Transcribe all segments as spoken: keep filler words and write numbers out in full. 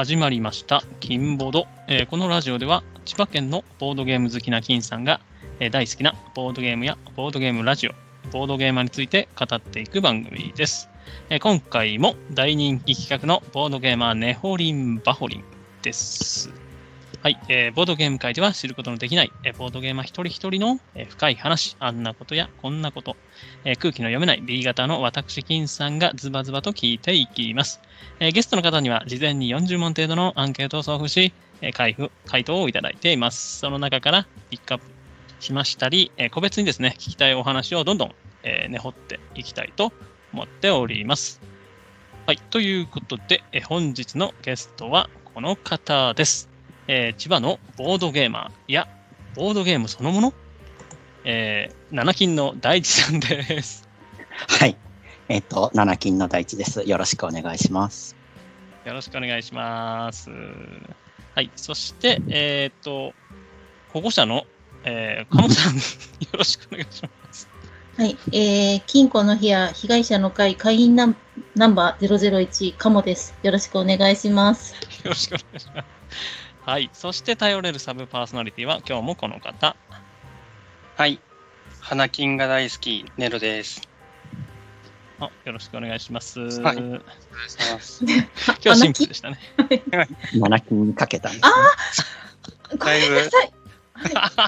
始まりました金ボード、えー、このラジオでは千葉県のボードゲーム好きな金さんが、えー、大好きなボードゲームやボードゲームラジオ、ボードゲーマーについて語っていく番組です。えー、今回も大人気企画のボードゲーマーネホリンバホリンです。はい、えー、ボードゲーム界では知ることのできない、えー、ボードゲーマー一人一人の、えー、深い話、あんなことやこんなこと、えー、空気の読めない B 型の私金さんがズバズバと聞いていきます。えー、ゲストの方には事前によんじゅう問程度のアンケートを送付し、えー、回復回答をいただいています。その中からピックアップしましたり、えー、個別にですね、聞きたいお話をどんどん、えー、根掘っていきたいと思っております。はい、ということで、えー、本日のゲストはこの方です。えー、千葉のボードゲーマーやボードゲームそのもの、えー、七金の大地さんです。 はい、えっと七金の大地です。よろしくお願いします。 よろしくお願いします。はい、そしてえっ、ー、と保護者の、えー、鴨さんよろしくお願いします。 はい、えー、金庫の部屋被害者の会会員ナン、ナンバーゼロゼロいち鴨です。よろしくお願いします。 よろしくお願いします。はい、そして頼れるサブパーソナリティは今日もこの方。 はい、花金が大好きネロです。 あ、よろしくお願いします。はい、 お願いします。 今日はシンプルでしたね。 七金にかけたんです、 ね。 ああ、ごめんなさい。 はい、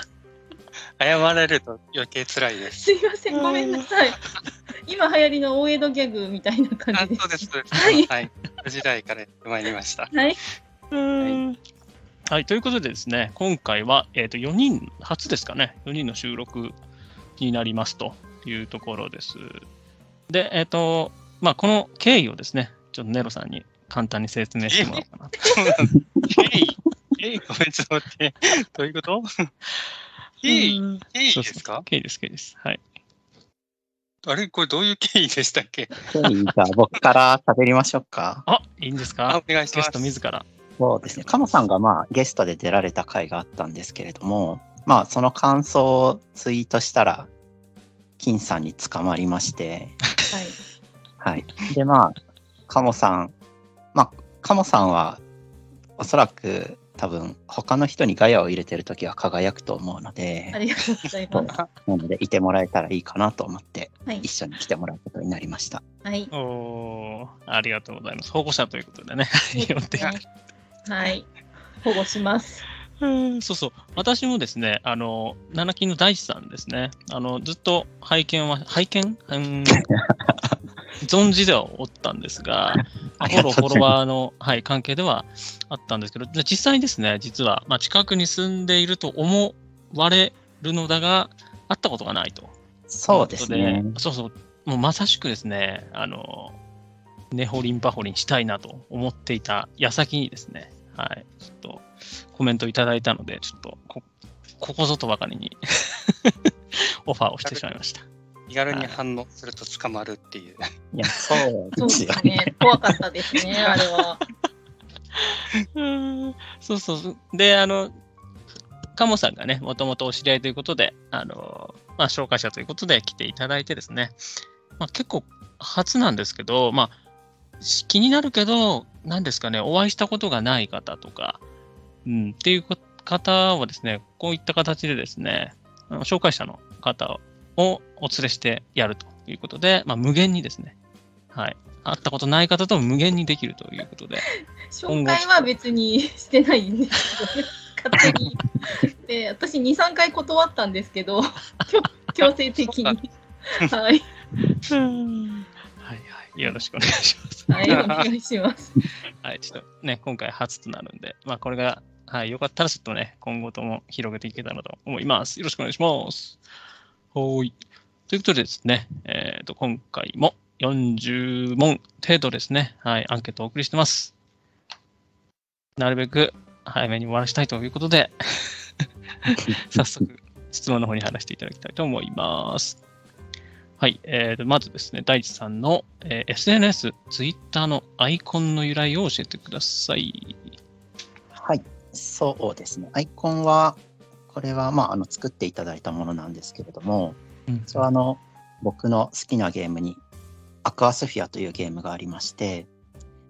謝られると余計辛いです。 すいません、ごめんなさい。今流行りの大江戸ギャグみたいな感じです。 あ、そうです、そうです。はい。はい、時代から参りました。 はい。 はいはい、ということでですね、今回は、えーと、よにん、初ですかね、よにんの収録になりますというところです。で、えっ、ー、と、まあ、この経緯をですね、ちょっとネロさんに簡単に説明してもらおうかなと。 経緯経緯ごめん、ちょっと待って、どういうこと経緯経緯ですか？ 経緯です、経緯です。はい。 あれこれどういう経緯でしたっけ？ 経緯じゃあ僕から喋りましょうか。 あ、いいんですか？ あ、お願いします。 ゲスト自ら。 そうですね。鴨さんがまあゲストで出られた回があったんですけれども、まあその感想をツイートしたら金さんに捕まりまして、はい。はい。でまあ鴨さん、まあ鴨さんはおそらく多分他の人にガヤを入れてるときは輝くと思うので、 ありがとうございます。 なのでいてもらえたらいいかなと思って、 はい、 一緒に来てもらうことになりました。 はい。 おー、ありがとうございます。保護者ということでね。 呼んではい、保護します。 うんそうそう、私もですね、あの七金の大地さんですね、あのずっと拝見は拝見、うん、存じではおったんですが、フォローフォロワーの、はい、関係ではあったんですけど、実際にですね、実は、まあ、近くに住んでいると思われるのだが、会ったことがないと。 そうですね。 そうそう、もうまさしくですね、あのネホリンバホリンしたいなと思っていた矢先にですね、はい、ちょっとコメントいただいたので、ちょっとこ、ここぞとばかりにオファーをしてしまいました。 気軽に反応すると捕まるっていう。 はい、いや、そうですよね。 ね。怖かったですね、あれは。 うんそうそう。で、あの、カモさんがね、もともとお知り合いということで、あの、まあ、紹介者ということで来ていただいてですね、まあ、結構初なんですけど、まあ、気になるけど、何ですかね、お会いしたことがない方とか、うん、っていう方をですね、こういった形でですね、あの紹介者の方をお連れしてやるということで、まあ、無限にですね、はい、会ったことない方と無限にできるということで。 紹介は別にしてないんですけどね、勝手に。で、私に、さんかい断ったんですけど、強制的に。はい。 はいはい、よろしくお願いします。 はい、お願いします。 はい、ちょっとね、今回初となるんで、まあこれが、はい、よかったらちょっとね、今後とも広げていけたらと思います。よろしくお願いします。はい。ということでですね、えっと、今回もよんじゅう問程度ですね、はい、アンケートをお送りしてます。なるべく早めに終わらせたいということで、早速質問の方に話していただきたいと思います。はい、えーと、まずですね、大地さんの、えー、エスエヌエス、Twitter のアイコンの由来を教えてください。 はい、そうですね。アイコンは、これは、まあ、あの作っていただいたものなんですけれども、うん、それはあの僕の好きなゲームに、アクアスフィアというゲームがありまして、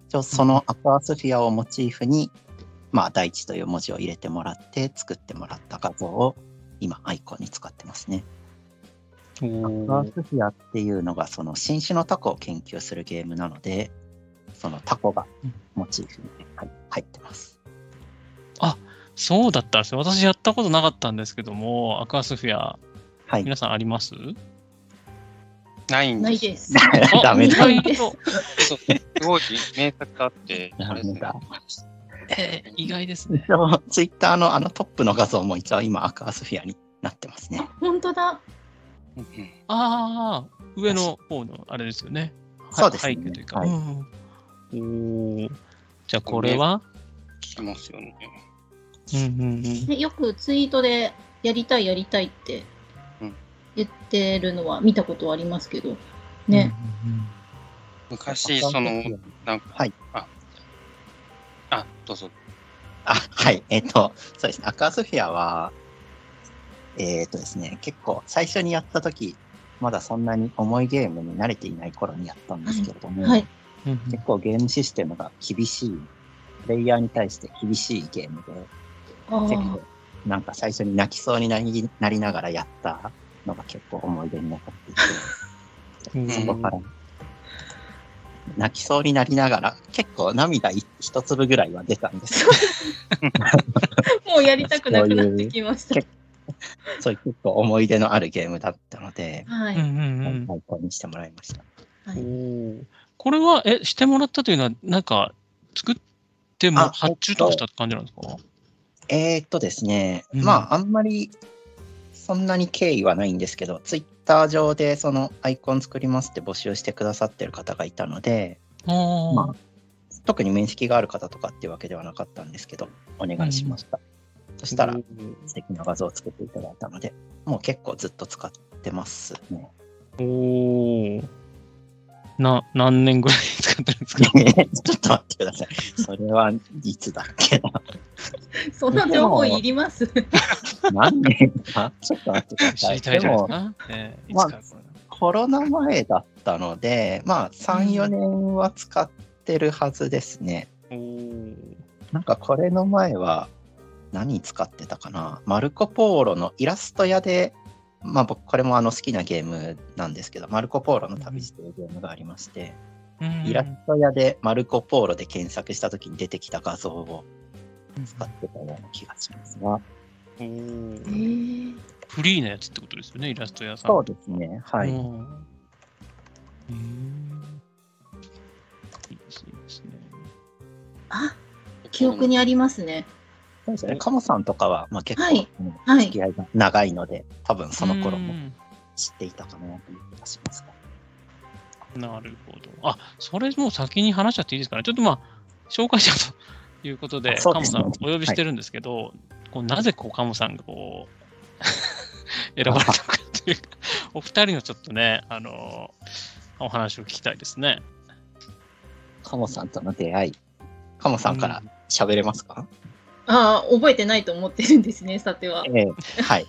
一応そのアクアスフィアをモチーフに、まあ、大地という文字を入れてもらって作ってもらった画像を今アイコンに使ってますね。 おアクアースフィアっていうのがその新種のタコを研究するゲームなので、そのタコがモチーフにはい入ってます。 そうだったんですよ。私やったことなかったんですけども、アクアスフィア、 はい。 皆さんありますないんないです。 です。 ダメだ。 ないですそうすごい名作あって、あれですねダメだ。 えー意外ですね。 一応ツイッターのあのトップの画像も一応今アクアスフィアになってますね。 本当だ。 うんうんああ、上の方のあれですよね。はそうですね背景というか。 はいうんおーじゃあこれは、 聞きますよね。 うんうんうんでよくツイートでやりたいやりたいってうん言ってるのは見たことありますけど、ね。 昔、その、なんか、 はい。 あ、あ、どうぞ。 あ、はい。えっ、と、そうですね。アクアスフィアは、えっ、とですね、結構最初にやった時、まだそんなに重いゲームに慣れていない頃にやったんですけれども、 はい。 うんうん結構ゲームシステムが厳しい、プレイヤーに対して厳しいゲームで、 あ結構ーなんか最初に泣きそうになりなりながらやったのが結構思い出に残っていて、 うんそこから泣きそうになりながら結構涙い一粒ぐらいは出たんですよ。 もうやりたくなくなってきました。 そういう結構思い出のあるゲームだったので、 はい。 うんうんうん最高にしてもらいました。 はいおーこれは、え、してもらったというのは、なんか、作ってもあ発注とかした感じなんですかえーっとですね、 うんまああんまりそんなに経緯はないんですけど、ツイッター上でそのアイコン作りますって募集してくださってる方がいたので、 あーまあ、特に面識がある方とかっていうわけではなかったんですけど、お願いしました。そしたらおー素敵な画像を作っていただいたので、もう結構ずっと使ってますね。 おーな、何年ぐらい使ってるんですかちょっと待ってください。それはいつだっけな。 そんな情報いります何年かちょっと待ってくだ知さい。 りたいじゃないですでも、 か。えーいつまあからこれコロナ前だったので、まあ、さん、よねんは使ってるはずですね。 おーなんかこれの前は、何使ってたかな。マルコ・ポーロのイラスト屋で、まあ僕、これもあの好きなゲームなんですけど、マルコ・ポーロの旅路というゲームがありまして、 うんイラスト屋でマルコ・ポーロで検索した時に出てきた画像を使ってたような気がしますが、 おえーー、 フリーなやつってことですよね、イラスト屋さん。 そうですね。はい。 うんうーんいいですね、いいですね。 あ、記憶にありますね。 そうですね。カモさんとかは、まあ、結構、 はいうんはい付き合いが長いので、多分その頃もうん知っていたかなという気がしますが。 なるほど。あ、それもう先に話しちゃっていいですかね。ちょっとまあ、紹介者ということで、カモさあそうですねんお呼びしてるんですけど、こうなぜこうカモさんがこう、選ばれたのかというか、お二人のちょっとね、あの、お話を聞きたいですね。 カモさんとの出会い。カモさんから喋れますか？ ああ、覚えてないと思ってるんですね、さては。 ええはい。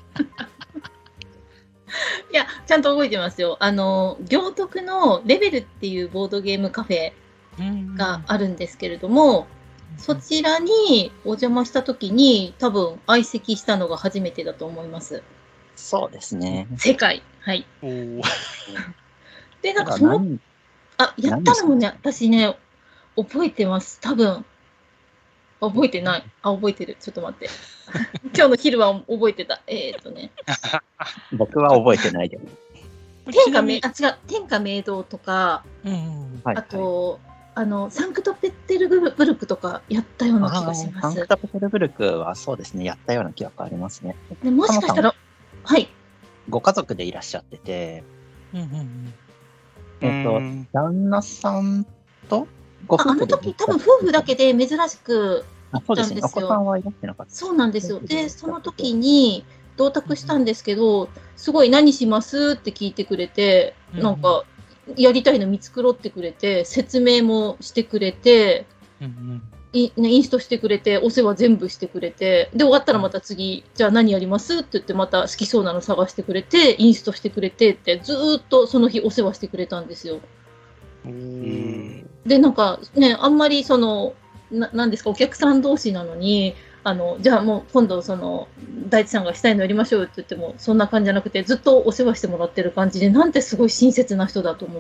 いや、ちゃんと覚えてますよ。あの、行徳のレベルっていうボードゲームカフェうんがあるんですけれども、そちらにお邪魔した時に多分相席したのが初めてだと思います。 そうですね。 世界。はい。 おーで、なんかたその、 だ何あ、やったのもね、 何私ね、覚えてます。多分。あ覚えてない。あ、覚えてる。ちょっと待って。今日の昼は覚えてた。えーっとね。 僕は覚えてないです。 天下明、あ、違う。天下明堂とか、 うんうんはい、 あと、あの、サンクトペッテルブルクとかやったような気がしますサンク。タペテルブルクはそうですね、やったような記憶ありますね。 でもしかしたら、はい。 ご家族でいらっしゃってて、 うんうんうんえっと、 うん旦那さんとごああの夫婦で時多分夫婦だけで珍しくあそうですね。お行ったんですよ子さんはいらっしゃなかった。 そうなんですよ。で、その時に同卓したんですけど、すごい何しますって聞いてくれて、 うんなんか、やりたいの見繕ってくれて、説明もしてくれて、 うんうんインインストしてくれて、お世話全部してくれて、で、終わったらまた次、じゃあ何やりますって言って、また好きそうなの探してくれて、インストしてくれてって、ずーっとその日お世話してくれたんですよ。 うんで、なんかね、あんまりその、ななんですか、お客さん同士なのに、あの、じゃあもう今度その、大地さんがしたいのやりましょうって言っても、そんな感じじゃなくて、ずっとお世話してもらってる感じで、なんてすごい親切な人だと思って、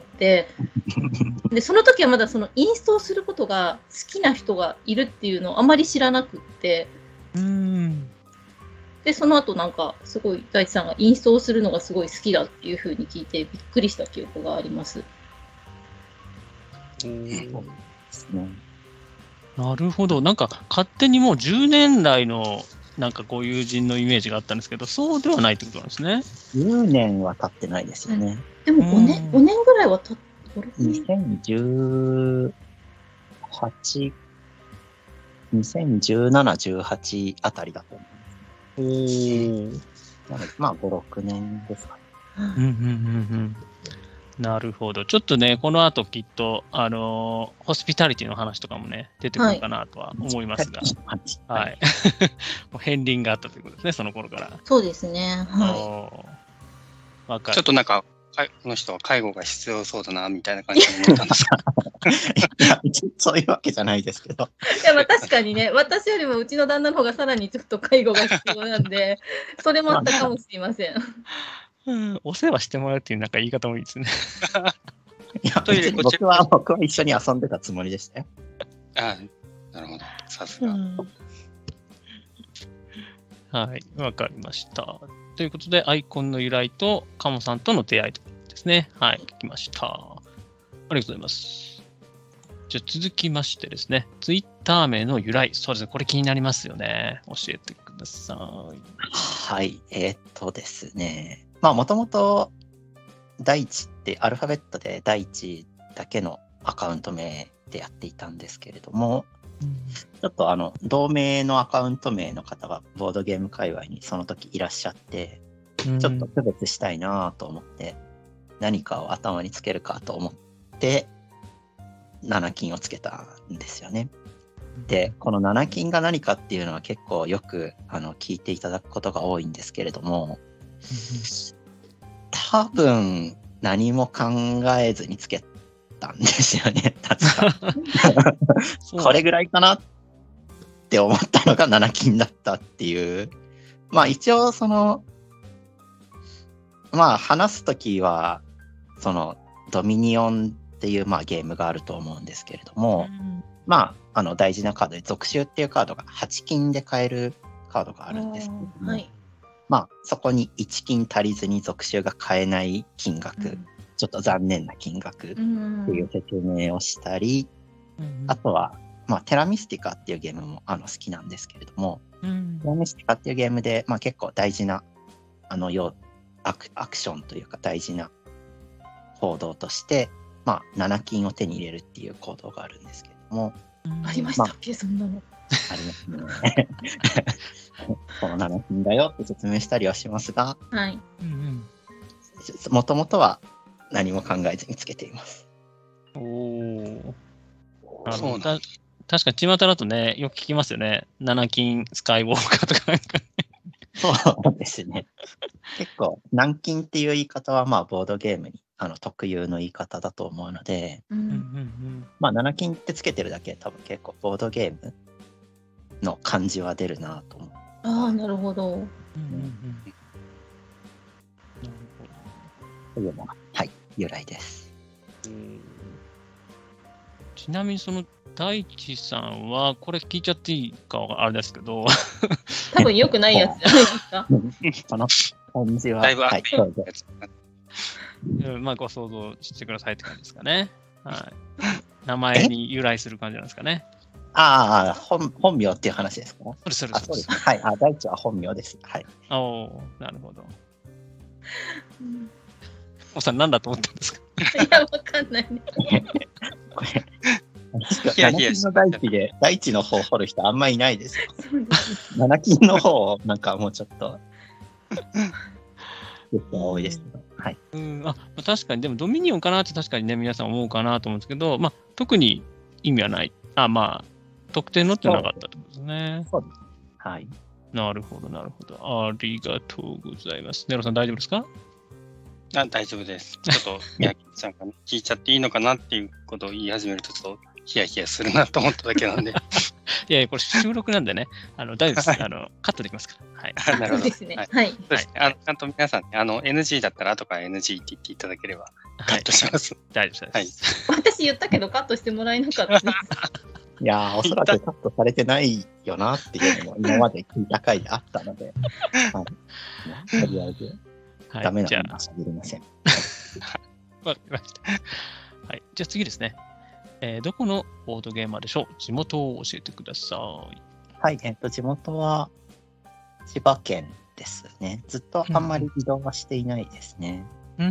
で、その時はまだそのインストをすることが好きな人がいるっていうのをあまり知らなくって、 うん。 で、その後なんか、すごい大地さんがインストをするのがすごい好きだっていう風に聞いて、びっくりした記憶があります。 ですね。 なるほど。なんか勝手にもうじゅうねん来のなんかご友人のイメージがあったんですけど、そうではないってことなんですね。 じゅうねんは経ってないですよね。 でもごねん、 うんごねんぐらいは経って、 にせんじゅうはち、にせんじゅうなな、じゅうはちあたりだと思おー。 う。なので、まあ、ご、ろくねんですかね。 うんうんうんうん。なるほど。ちょっとね、この後きっと、あのーホスピタリティの話とかもね、出てくるかなとは思いますが、 ははいい。もう片鱗があったということですね、その頃から。 そうですね。はおーわかる。 ちょっとなんか、かいこの人は介護が必要そうだな、みたいな感じに思ったんですか。 いや、そういうわけじゃないですけど。 い。いや、まあ確かにね、私よりもうちの旦那の方がさらにちょっと介護が必要なんで、それもあったかもしれません。 うん、お世話してもらうっていうなんか言い方もいいですね。 いや、 トイレ別に僕は、僕は一緒に遊んでたつもりでしたよ。 あなるほど。さすが。 はい、わかりました。ということで、アイコンの由来とカモさんとの出会いということですね。はい、聞きました。ありがとうございます。じゃあ続きましてですね、ツイッター名の由来。そうですね、これ気になりますよね。教えてください。 はい、えーっとですね。まあ、もともと、大地ってアルファベットで大地だけのアカウント名でやっていたんですけれども、ちょっとあの、同名のアカウント名の方がボードゲーム界隈にその時いらっしゃって、 うんちょっと区別したいなと思って、何かを頭につけるかと思って、七金をつけたんですよね。で、この七金が何かっていうのは結構よくあの聞いていただくことが多いんですけれども、多分何も考えずにつけたんですよね、確か。 そうこれぐらいかなって思ったのが七金だったっていう。まあ一応その、まあ話すときは、そのドミニオンっていうまあゲームがあると思うんですけれども、まああの大事なカードで属州っていうカードがはち金で買えるカードがあるんですけれども、 はい。 まあそこにいち金足りずに属州が買えない金額、ちょっと残念な金額っていう説明をしたり、 うんあとは、まあ、テラミスティカっていうゲームもあの好きなんですけれども、 うんテラミスティカっていうゲームで、まあ、結構大事なあの要アクアクションというか大事な行動として、まあ、なな金を手に入れるっていう行動があるんですけれども、 ありましたまっけ、そんなの。 ありますね。このなな金だよって説明したりはしますが、 はい。 うんもともとは何も考えずにつけています。 うん、おーなるほどそうなんた確かに巷だとね、よく聞きますよね。七金スカイウォーカーとかなんか。 そうですね。結構、軟禁っていう言い方は、まあ、ボードゲームにあの特有の言い方だと思うので、 う。 うんうんんまあ、七金ってつけてるだけで多分結構ボードゲームの感じは出るなと思う。 ああ、なるほど。 うんうんうんうんなるほどというのが、はい、由来です。 ちなみにその大地さんは、これ聞いちゃっていいかはあれですけど、 多分良くないやつじゃないですか。 この感じは、 だいぶはい、 悪どうぞ。 やつ。 うんまあご想像してくださいって感じですかね。はい、名前に由来する感じなんですかね。 ああ、本本名っていう話ですか？ それそれあ、 それそうですね。はい、あ、大地は本名です。はい。 おおーなるほど。 うんおさん何だと思ったんですか？ いや、わかんないね。 これ、 ヒヤヒヤ七金の大地で、大地の方を掘る人あんまいないですよ。 そうです七金の方をなんかもうちょっと、結構多いですけど。はい。 うんあまあ確かに、でもドミニオンかなって確かにね、皆さん思うかなと思うんですけど、まあ、特に意味はない。あ、まあ、特定のってなかったってことですね。 そうです。はい。 なるほど、なるほど。ありがとうございます。ネロさん大丈夫ですか？ あ、大丈夫です。ちょっと、宮城さんが、ね、聞いちゃっていいのかなっていうことを言い始めると、ちょっとヒヤヒヤするなと思っただけなんで。 いやいや、これ収録なんでね、あの大丈夫です。あのカットできますから。はい。 なるほど。 そうですね。 はい。 はい。 そうですね。あの、ちゃんと皆さん、ね、あの、エヌジー だったら後から エヌジー って言っていただければ、カットします。 大丈夫です。 私言ったけどカットしてもらえなかったです。 いやー、おそらくカットされてないよなっていうのも今まで聞いた回であったので、はい、とりあえず、 はい、 ダメなじゃのは喋りません。 わかりました。はい。じゃあ次ですね。えー、どこのボードゲーマーでしょう？地元を教えてください。 はい、えっと、地元は千葉県ですね。ずっとあんまり移動はしていないですね。 うん。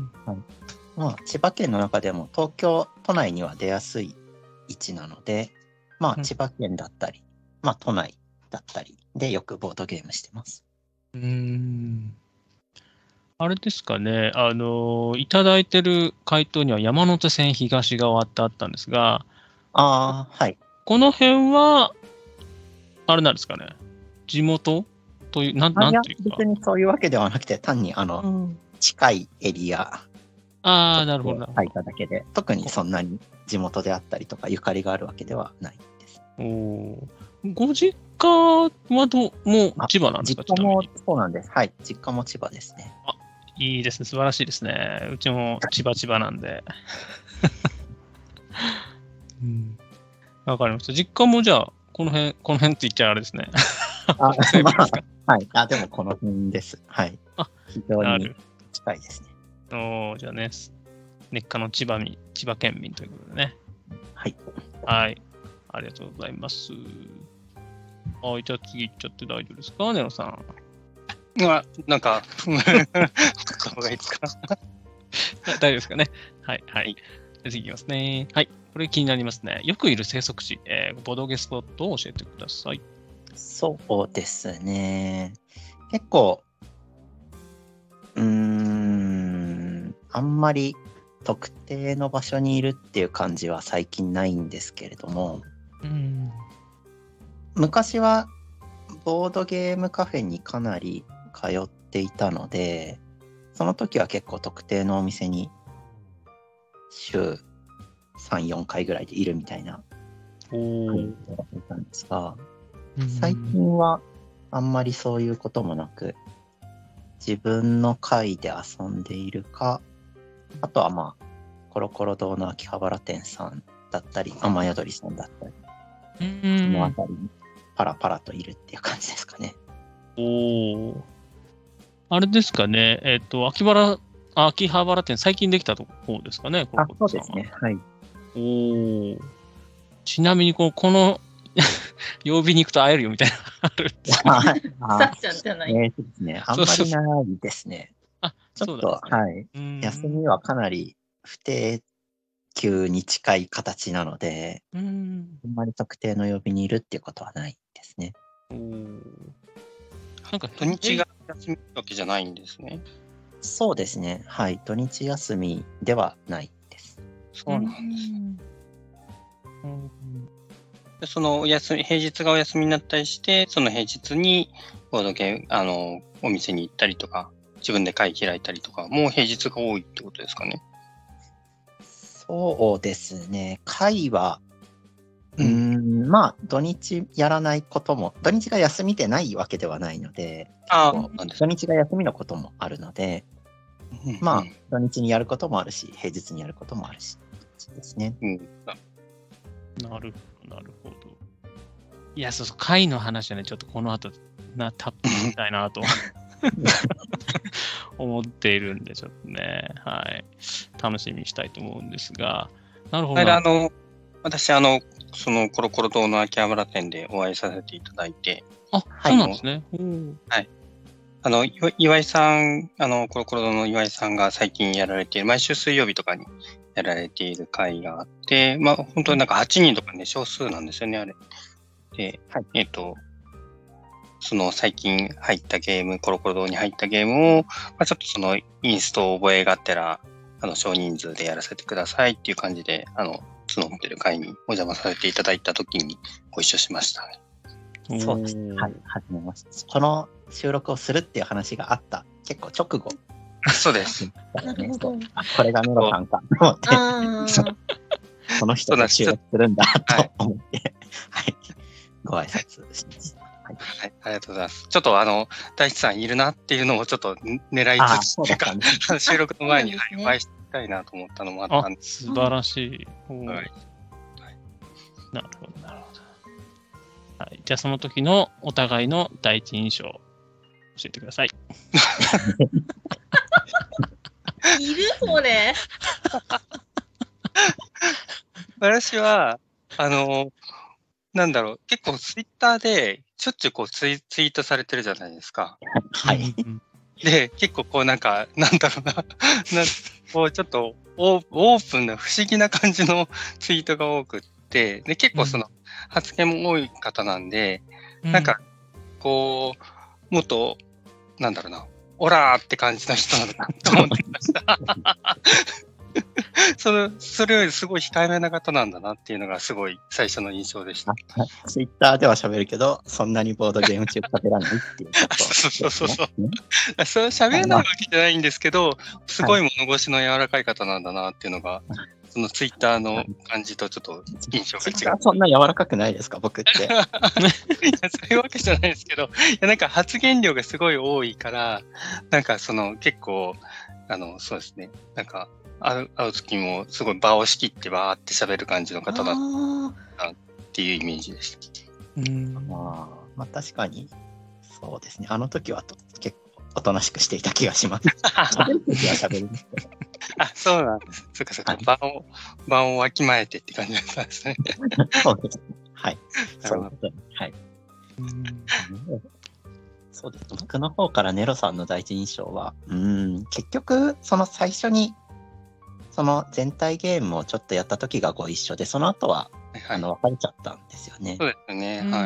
はい。まあ、千葉県の中でも東京都内には出やすい位置なので、まあ、千葉県だったり、うん、まあ、都内だったりでよくボードゲームしてます。 うーん。あれですかね、あの、いただいてる回答には山手線東側ってあったんですが、 ああ、はい。 この辺は、あれなんですかね、地元という、なん、なんていうか。 別にそういうわけではなくて、単にあの、うん、近いエリア。 ああ、なるほど。 書いただけで、特にそんなに地元であったりとか、ゆかりがあるわけではないです。 おお。ご実家はど、もう千葉なんですか？ 実家もそうなんです。はい。実家も千葉ですね。 あ、いいですね。素晴らしいですね。うちも千葉千葉なんで。うん。わかりました。実家もじゃあ、この辺、この辺って言っちゃあれですね。 あ、そうですか。はい。あ、でもこの辺です。はい。 あ、 非常に近いですね。 おー、じゃあね、根っからの千葉民、千葉県民ということでね。 はい。 はい。ありがとうございます。はい、じゃあ次行っちゃって大丈夫ですか、ネロさん。 あ、なんか、った方がいいですか大丈夫ですかね。はい、はい。じゃあ次いきますね。はい。これ気になりますね。よくいる生息地、えー、ボドゲスポットを教えてください。 そうですね。結構、うーん、あんまり特定の場所にいるっていう感じは最近ないんですけれども、 うん、 昔はボードゲームカフェにかなり通っていたので、その時は結構特定のお店に週さん、よんかいぐらいでいるみたいなおーいたんですが、最近はあんまりそういうこともなく、自分の会で遊んでいるか、あとはまあコロコロ堂の秋葉原店さんだったり、雨宿りさんだったり、そのあたりにパラパラといるっていう感じですかね。 おお。あれですかね、えっ、ー、と、秋葉原、秋葉原店、最近できたところですかね、 あ、そうですね。はい。 おお。ちなみにこの、この曜日に行くと会えるよみたいなあるんですか、ね、 さっちゃんじゃない。 えーとですね、あんまりないですね。 あ、 ちょっと、ね、はい。休みはかなり不定休に近い形なので、うん、あんまり特定の曜日にいるっていうことはないですね。 おなんか土日が休みわけじゃないんですね。 そうですね。はい。土日休みではないです。 そうなんです。うん、でそのお休み、平日がお休みになったりして、その平日にボードゲーム、あの、お店に行ったりとか、自分で会開いたりとか、もう平日が多いってことですかね。 そうですね。会は、うん、んまあ、土日やらないことも、土日が休みでないわけではないので、 あ土日が休みのこともあるので、うん、まあ、土日にやることもあるし、平日にやることもあるし、ですね。 うん、なるほど、なるほど。いや、そうそう、会の話はね、ちょっとこの後、な、たっぷりみたいなと思っているんで、ちょっとね、はい、楽しみにしたいと思うんですが、なるほど。 あの、私、あの、そのコロコロ堂の秋葉原店でお会いさせていただいて。 あ、そうなんですね。 はい。あの、岩井さん、あの、コロコロ堂の岩井さんが最近やられている、毎週水曜日とかにやられている会があって、まあ、本当になんかはちにんとかね、少数なんですよね、あれ。で、はい、えっと、その最近入ったゲーム、コロコロ堂に入ったゲームを、まあ、ちょっとそのインストを覚えがてら、あの、少人数でやらせてくださいっていう感じで、あの、募ってる会にお邪魔させていただいたときにご一緒しましたね。そうですね。はい、はじめまして。この収録をするっていう話があった結構直後そうです。 なるほど。 あ、これがネロさんかと思って、 ああ。 この人と収録するんだと思って、はい、ご挨拶しました。はい、 はい、ありがとうございます。ちょっとあの、大地さんいるなっていうのをちょっと狙いつつ、というか、収録の前に、はい、お会いしたいなと思ったのもあったんで。 素晴らしい。 はい、 なるほど、なるほど。はい、じゃあその時のお互いの第一印象、教えてください。 いるそれ。 私は、あの、なんだろう、結構ツイッターでしょっちゅうこうツイ、ツイートされてるじゃないですか。 はい。 で、結構こうなんか、なんだろうな、なこうちょっとオーオープンな不思議な感じのツイートが多くって、で、結構その発言も多い方なんで、うん、なんか、こう、もっと、なんだろうな、オラーって感じの人なのかと思ってました。その、それよりすごい控えめな方なんだなっていうのがすごい最初の印象でした。 ツイッターでは喋るけど、そんなにボードゲーム中喋らないっていうこと、 そうそうそうそう。そう喋らないわけじゃないんですけど、すごい物腰の柔らかい方なんだなっていうのが、そのツイッターの感じとちょっと印象が違う。 そんな柔らかくないですか、僕って。いや、 そういうわけじゃないですけど、いやなんか発言量がすごい多いから、なんかその結構、あの、そうですね、なんか、会う、会う時もすごい場を仕切ってバーって喋る感じの方だったっていうイメージでした。 うんまあ、まあ確かにそうですね。あの時はと結構おとなしくしていた気がします。喋る時は喋るんですけど。 あ、そうなんです。そっかそっか。場を、場をわきまえてって感じだったんですね。 そうですね。はい。そういうことに。はい。そうです。僕の方からネロさんの第一印象は、うん、結局、その最初に、その全体ゲームをちょっとやった時がご一緒で、その後は、はい、あの別れちゃったんですよね。 そうですよね。はい、うん。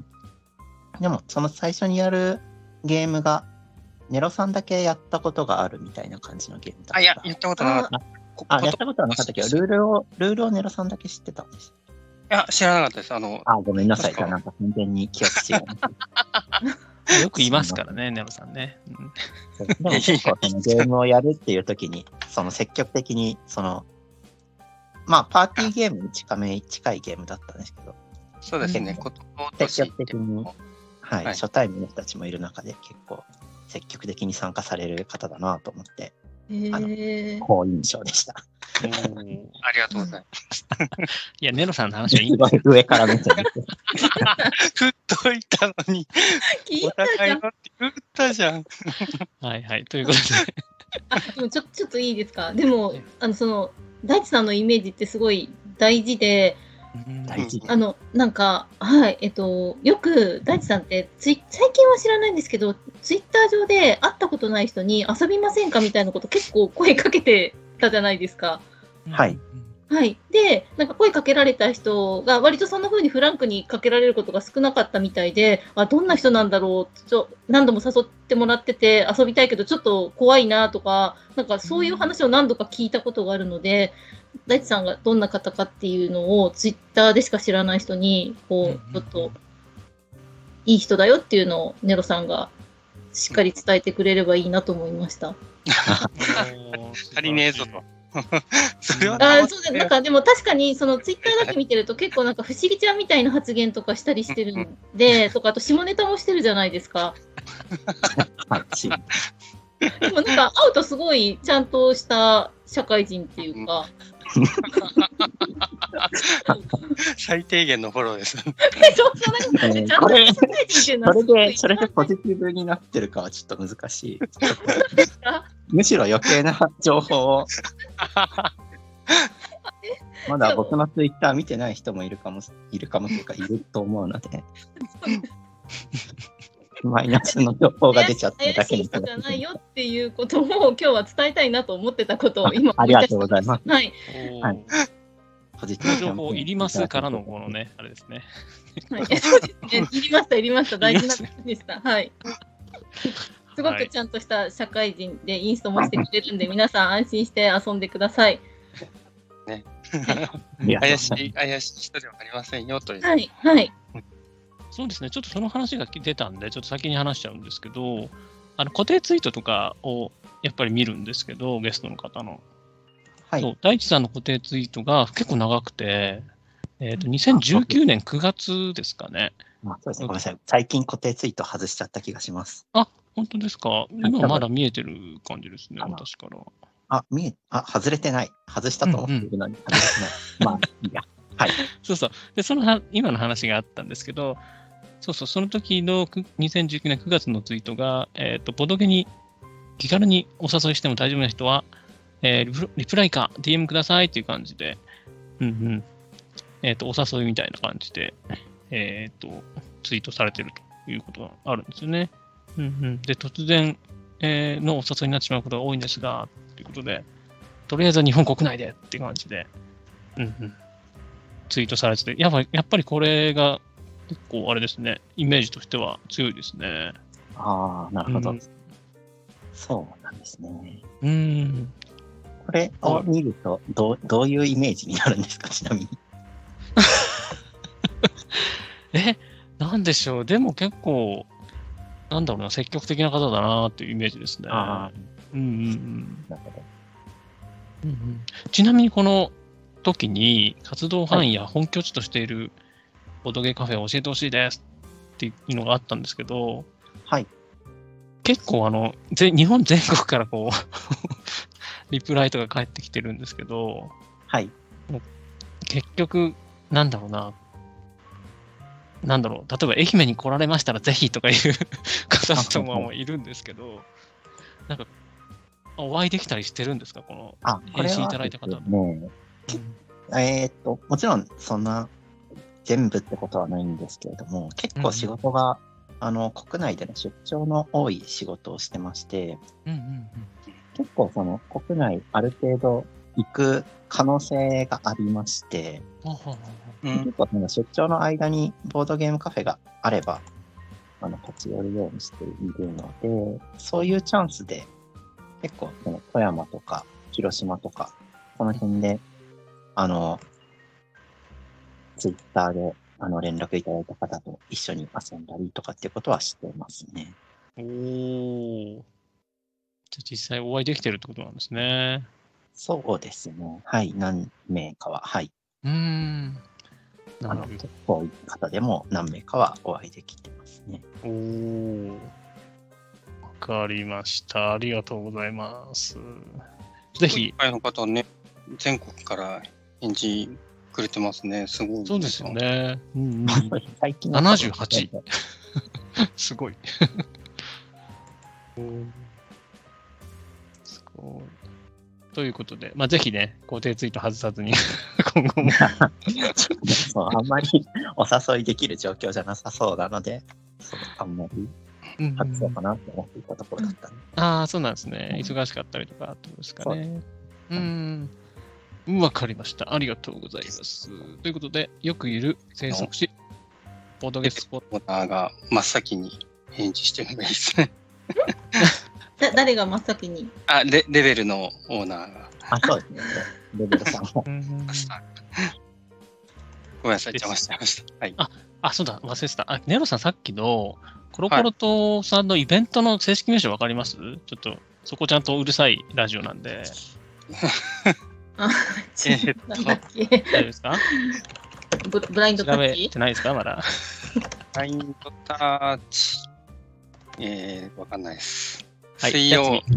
でも、その最初にやるゲームが、ネロさんだけやったことがあるみたいな感じのゲームだった。 あ、いや、やったことなかった。 あ、やったことはなかったけど、ルールを、ルールをネロさんだけ知ってたんです。 いや、知らなかったです。あの、 あ、ごめんなさい。じゃあなんか完全に記憶違います。 よく言いますからね、ネロさんね。うん、 でも結構そのゲームをやるっていう時に、その積極的に、その、まあ、パーティーゲームに近め、近いゲームだったんですけど。 そうですね、 積極的に、はい、初対面の人たちもいる中で結構積極的に参加される方だなと思って、あの、好印象でした。 ありがとうございます。 いや、ネロさんの話はいいんです上から目線で。 振っといたのに、お互いのって振ったじゃん。 はいはい、ということで。 あ、でもちょ、ちょっといいですか。でも、あの、その、大地さんのイメージってすごい大事で、 大事あの、なんか、はい、えっと、よく大地さんってツイ、最近は知らないんですけど、ツイッター上で会ったことない人に遊びませんかみたいなこと結構声かけてたじゃないですか。 はい。 はい。で、なんか声かけられた人が割とそんな風にフランクにかけられることが少なかったみたいで、あ、どんな人なんだろう、ちょ何度も誘ってもらってて遊びたいけどちょっと怖いなとか、なんかそういう話を何度か聞いたことがあるので、大地さんがどんな方かっていうのをツイッターでしか知らない人に、こう、ちょっといい人だよっていうのをネロさんがしっかり伝えてくれればいいなと思いました。 足りねえぞと。それはあ、そうです。なんかでも確かにそのツイッターだけ見てると結構なんか不思議ちゃんみたいな発言とかしたりしてるんで、とかあと下ネタもしてるじゃないですか。でもなんか会うとすごいちゃんとした社会人っていうか。 最低限のフォローです。 そうそうなんかね、ちゃんと社会人っていうのはそれでそれでポジティブになってるかはちょっと難しい。むしろ余計な情報を。まだ僕のツイッター見てない人もいるかもいるかもというかいると思うので。マイナスの情報が出ちゃっただけに。 怪しい人じゃないよっていうことも今日は伝えたいなと思ってたことを今ありがとうございます。 はい。 はい。 ポジティブ情報いりますからのこのね、あれですね。 はい、そうですね。いりました、いりました。大事なことでした。はい。すごくちゃんとした社会人でインストもしてくれるんで、皆さん安心して遊んでください。 ね。怪しい、怪しい人ではありませんよという。 はい、はい。 そうですね、ちょっとその話が出たんで、ちょっと先に話しちゃうんですけど、 あの固定ツイートとかをやっぱり見るんですけど、ゲストの方の。 はい。 そう大地さんの固定ツイートが結構長くて、えっ、と、にせんじゅうきゅうねんくがつですかね。 あそうですね。ごめんなさい。最近固定ツイート外しちゃった気がします。 あ、本当ですか。今まだ見えてる感じですね、 あの私から。 あ、見え、あ、外れてない。外したと思っているのに外れてない。まあ、いいや。はい。 そうそう。で、そのは今の話があったんですけど、そうそう、その時のくにせんじゅうきゅうねんくがつのツイートが、えっ、と、ボドゲに気軽にお誘いしても大丈夫な人は、えーリプリプライか ディーエム くださいっていう感じで、うんうん。えっ、と、お誘いみたいな感じで、えっ、と、ツイートされてるということがあるんですよね。うんうん。で、突然、えーのお誘いになってしまうことが多いんですが、ということで、とりあえずは日本国内でっていう感じで、うんうん。ツイートされてて、やっぱやっぱりこれが結構あれですね、イメージとしては強いですね。 ああ、なるほど。 うんそうなんですね。 うーん。 これを見ると、どう、どういうイメージになるんですか、ちなみに。 え、なんでしょう。でも結構、なんだろうな、積極的な方だなっていうイメージですね。 ああ、 うんうんうんなるほど。 うんうんちなみにこの時に活動範囲や本拠地としているボドゲカフェを教えてほしいですっていうのがあったんですけど、 はい。 結構あの、ぜ日本全国からこう、リプライとか返ってきてるんですけど、 はい。 結局、なんだろうな、なんだろう、例えば愛媛に来られましたらぜひとかいう方とかもいるんですけど、なんか、お会いできたりしてるんですか、このあ、これ返信いはただいた方ですの。 ね、えーっと、もちろんそんな全部ってことはないんですけれども、結構仕事が、あの、国内での出張の多い仕事をしてまして、 うんうん結構その国内ある程度行く可能性がありまして、 うん。ははははうん結構その出張の間にボードゲームカフェがあれば、あの、立ち寄るようにしているので、そういうチャンスで、結構その富山とか広島とか、この辺で、あの、ツイッターであの連絡いただいた方と一緒に遊んだりとかっていうことはしてますね。 おー。じゃあ実際お会いできてるってことなんですね。 そうですね。はい。何名かは、はい。 うーん。なあの、 る結構いい方でも何名かはお会いできてますね。 ほど。おー。わかりました。ありがとうございます。ぜひいっ、ぱいの方ね、全国から返事くれてますね。すごい。 そうですよ。ね。うんうん、 最近ななじゅうはちすごい。すごい。ということで、まあ、ぜひね、固定ツイート外さずに、今後も。 そう、あんまりお誘いできる状況じゃなさそうなので、そうあんまりうん外そうかなと思っていたところだったんで。 ああ、そうなんですね。忙しかったりとかってことですかね。うん。わかりました。ありがとうございます。ということで、よくいる生息地、ボードゲームスポット。 オーナーが真っ先に返事してるのがいいですね。 だ誰が真っ先に。 あ、レレベルのオーナーが。 あ、そうですね。レベルさんも。 うんごめんなさい、邪魔しちゃいました。はい。 あ、そうだ、忘れてた。あ、ネロさん、さっきのコロコロとさんのイベントの正式名称わかります？ちょっと、そこちゃんとうるさいラジオなんで。 あ、 えーっとなんだっけ。 大丈夫ですか？ ブブラインドタ調べッチてないですかまだ。 ラインドタッチ。えー、わかんないです。 はい水曜じ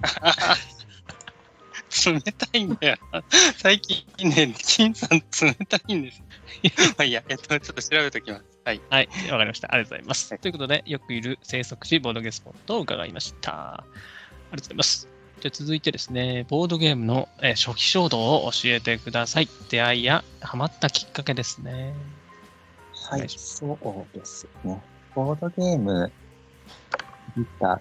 ゃ。 冷たいんだよな。最近ね、金さん冷たいんです。まあいいや、えっと、ちょっと調べておきます。はい。 はい、わかりました。ありがとうございます。 はいということで、よくいる生息地ボードゲームスポットを伺いました。ありがとうございます。で続いてですね、ボードゲームの、えー初期衝動を教えてください。出会いやハマったきっかけですね。 はい、そうですね。ボードゲーム自体、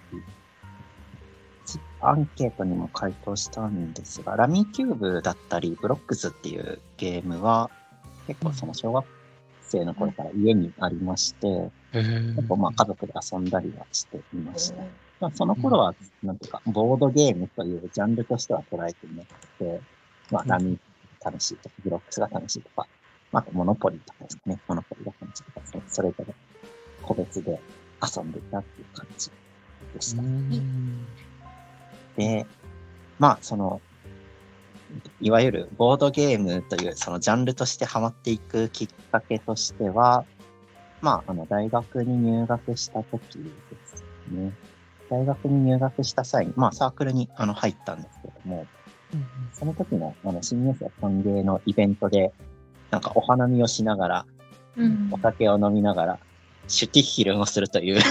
アンケートにも回答したんですが、ラミーキューブだったり、ブロックスっていうゲームは、結構その小学生の頃から家にありまして、 へー結構まあ家族で遊んだりはしていました。まあ、その頃は、なんていうか、ボードゲームというジャンルとしては捉えていなくて、まあ、ラミー楽しいとか、ブロックスが楽しいとか、まあ、あとモノポリとかですかね。モノポリが楽しいとか、それぞれ個別で遊んでいたっていう感じでした。 うんで、まあ、その、いわゆるボードゲームというそのジャンルとしてハマっていくきっかけとしては、まあ、あの、大学に入学した時ですね。大学に入学した際に、まあ、サークルにあの入ったんですけども、その時のあの新入生歓迎のイベントで、なんかお花見をしながら、 うん。 お酒を飲みながら、シュティッヒルンをするという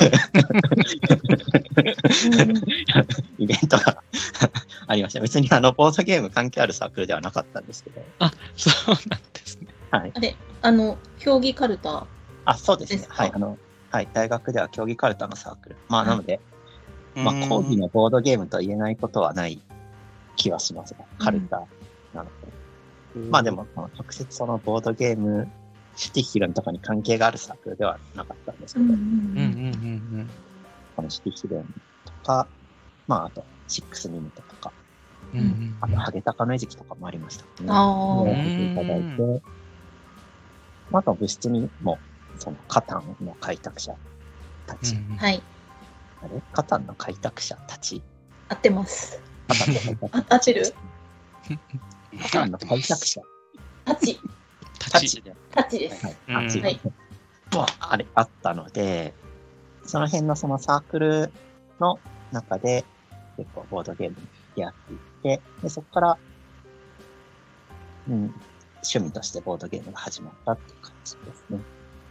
イベントがありました。別にあの、ボードゲーム関係あるサークルではなかったんですけど。 あ、そうなんですね。 はい。 あれ、あの、競技カルタ。 あ、そうですね。 ですかはい。あの、はい。大学では競技カルタのサークル。まあ、 はいなので、まあ、講義のボードゲームと言えないことはない気はしますが、カルタなので。まあでも、直接そのボードゲーム、シュティッヒルンとかに関係があるサークルではなかったんですけど、 うんうんうんうんこのシュティッヒルンとか、まああと、シックスミニットとか、 うんうんあと、ハゲタカの餌食とかもありましたね。 あーやらせていただいて、まあ、あと部室にも、その、カタンの開拓者たち、 うんはい。 あれカタンの開拓者たち、 合ってます。 カタンの開拓者あ合ってるカタンの開拓者タチ。 た立ち。 ちで、 タチです。 はい、 うんあっちはいボンあれ、あったので、その辺のそのサークルの中で、結構ボードゲームに出会っていって、で、そこから、うん、趣味としてボードゲームが始まったっていう感じですね。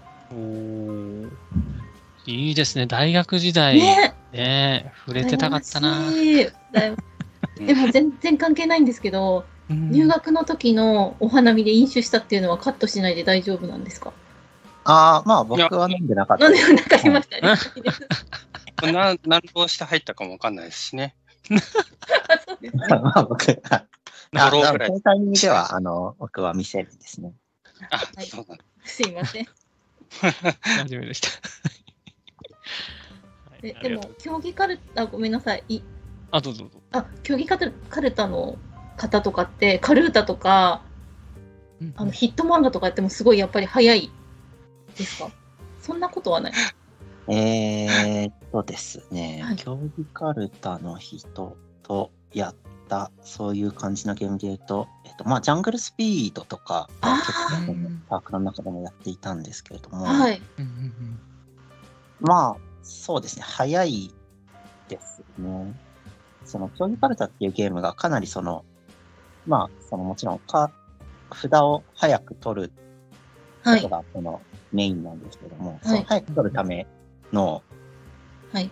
いいですね。大学時代、ねね触れてたかったな。 羨ましいだよでも全然関係ないんですけど、 うん入学の時のお花見で飲酒したっていうのはカットしないで大丈夫なんですか？ ああ、まあ僕は飲んでなかったなんです。 でなんか言いましたね。 な何浪して入ったかもわかんないですしね。 そうですね。 まあ僕、はいあ五郎ぐらいそういうタイミングでは、あの、僕は見せるんですね。 あ、 はいそうなんだ。 すいません。 真面目でした。はいでありがとうでも競技カルタごめんなさい。いあ、どうぞどうぞ。 あ競技カルカルタの方とかってカルータとかうんあのヒット漫画とかやってもすごいやっぱり早いですか？そんなことはない。 えーっとですね、 はい競技カルタの人とやった、そういう感じのゲームで言うと、えっと、まあ、ジャングルスピードとか、 あー結構そのパークの中でもやっていたんですけれども、 はい。 うんうんまあ、そうですね、早いですね。その、競技カルタっていうゲームがかなりその、まあ、そのもちろんか、札を早く取るはいこと。がそのメインなんですけども、 はいその早く取るための、 はい。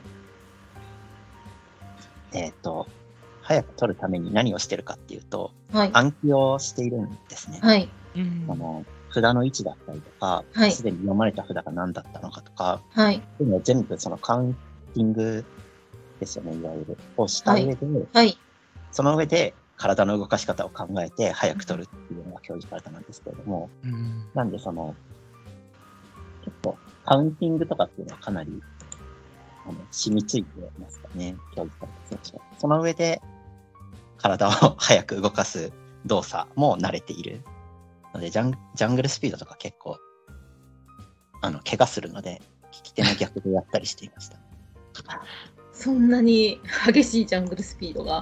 えっ、と、早く取るために何をしてるかっていうと、 はい。 暗記をしているんですね。 はい。 うんあの札の位置だったりとか、 はいすでに読まれた札が何だったのかとか、 はい。 っていうのを全部そのカウンティングですよね、いわゆる。をした上で、 はい。 その上で体の動かし方を考えて早く取るっていうのが競技カルタなんですけれども、 うんなんでその、結構カウンティングとかっていうのはかなりあの染みついてますかね、競技カルタ選手は。その上で体を早く動かす動作も慣れているので、ジャンジャングルスピードとか結構、あの、怪我するので、利き手の逆でやったりしていました。 そんなに激しいジャングルスピードが。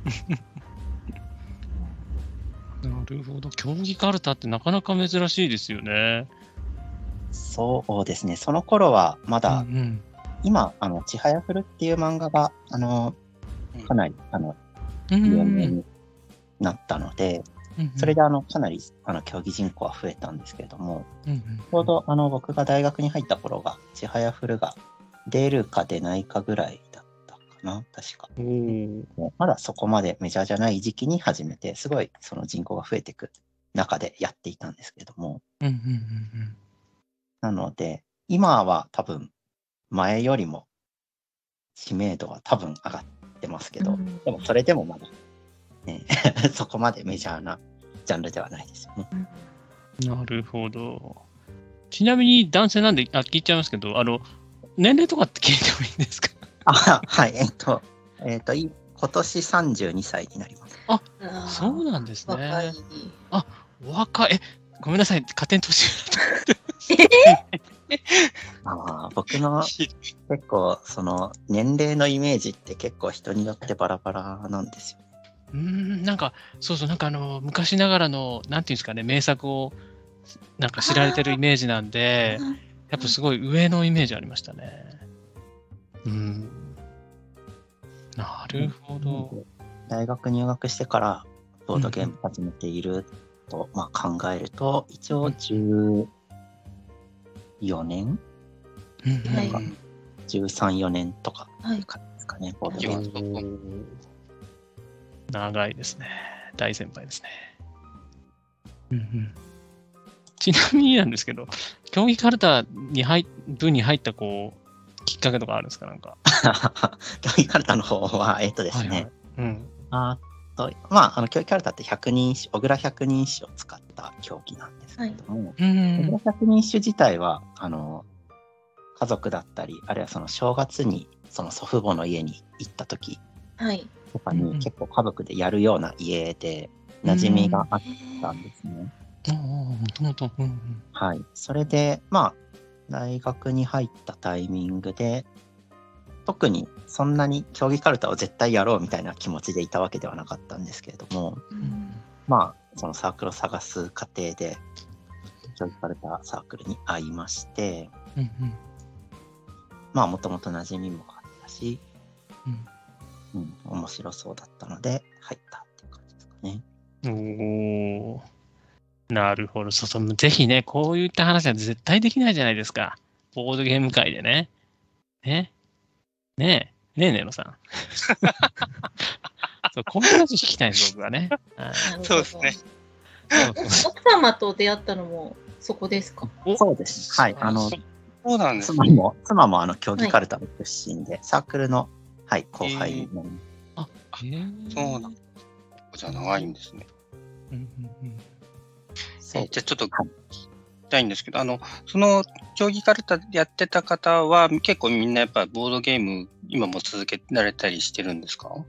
なるほど。競技カルタってなかなか珍しいですよね。 そうですね、その頃はまだ、 うんうん今、あの、ちはやふるっていう漫画が、あの、かなり、あの、 うん有名になったので、 うんそれであの、かなり、あの、競技人口は増えたんですけれども、 うんうんちょうどあの、僕が大学に入った頃が、ちはやふるが出るか出ないかぐらいだったかな、確か。もうまだそこまでメジャーじゃない時期に始めて、すごいその人口が増えていく中でやっていたんですけれども、 うんうんうんなので、今は多分、前よりも知名度は多分上がってますけど、 うんでもそれでもまだ、ね、そこまでメジャーなジャンルではないですよね。 うんなるほど。ちなみに男性なんで、あ、聞いちゃいますけど、あの、年齢とかって聞いてもいいんですか？ あ、はい、えっと、えっと、い今年さんじゅうにさいになります。 あーそうなんですね。 若い。 お若い。え、ごめんなさい。勝手に年上だと思って。 えあー僕の結構その年齢のイメージって結構人によってバラバラなんですよ。 うーん、なんか、そうそう、なんかあの、昔ながらの、なんていうんですかね、名作を、なんか知られてるイメージなんで、やっぱすごい上のイメージありましたね。うん。なるほど。 大学入学してからボードゲーム始めていると、まあ、考えると、一応じゅうよねん、 うんうんはいうんじゅうさん、よねんとかはい。 かですかね、ボードゲいやーム。 長いですね。大先輩ですね。うんうん、ちなみになんですけど、競技カルタに入部に入ったこうきっかけとかあるんですか、なんか。 競技カルタの方は、えっとですね、 はいはい、うん。 あと、まあ、あの、競技カルタって百人一首、小倉百人一首を使った競技なんですけれども、 うん小倉百人一首自体は、あの、家族だったり、あるいはその正月にその祖父母の家に行った時はい。 とかうんうんに結構家族でやるような家で馴染みがあったんですね。 もともと。うんうんはい。それで、まあ、大学に入ったタイミングで、特にそんなに競技カルタを絶対やろうみたいな気持ちでいたわけではなかったんですけれども、 うんまあ、そのサークルを探す過程で、競技カルタサークルに会いまして、 うんうんまあ、もともと馴染みもあったし、 うんうん、面白そうだったので、入ったっていう感じですかね。 おー、なるほど。そうそう。ぜひね、こういった話は絶対できないじゃないですか。ボードゲーム界でね。ね。ねえ。ねえ、ねのさん。そう、こういう話聞きたいんです、僕はね。はいなるほどそうですね。 そうそう奥様と出会ったのもそこですか？ おそうです。はい。あの、 そうなんです妻も、妻もあの、競技カルタの出身で、サークルの、はい、後輩になりまへーそうなんじゃ長いんですね。 うんうんうんす。 えじゃあちょっとはい聞きたいんですけど、あの、その競技カルタやってた方は結構みんなやっぱボードゲーム今も続けられたりしてるんですか？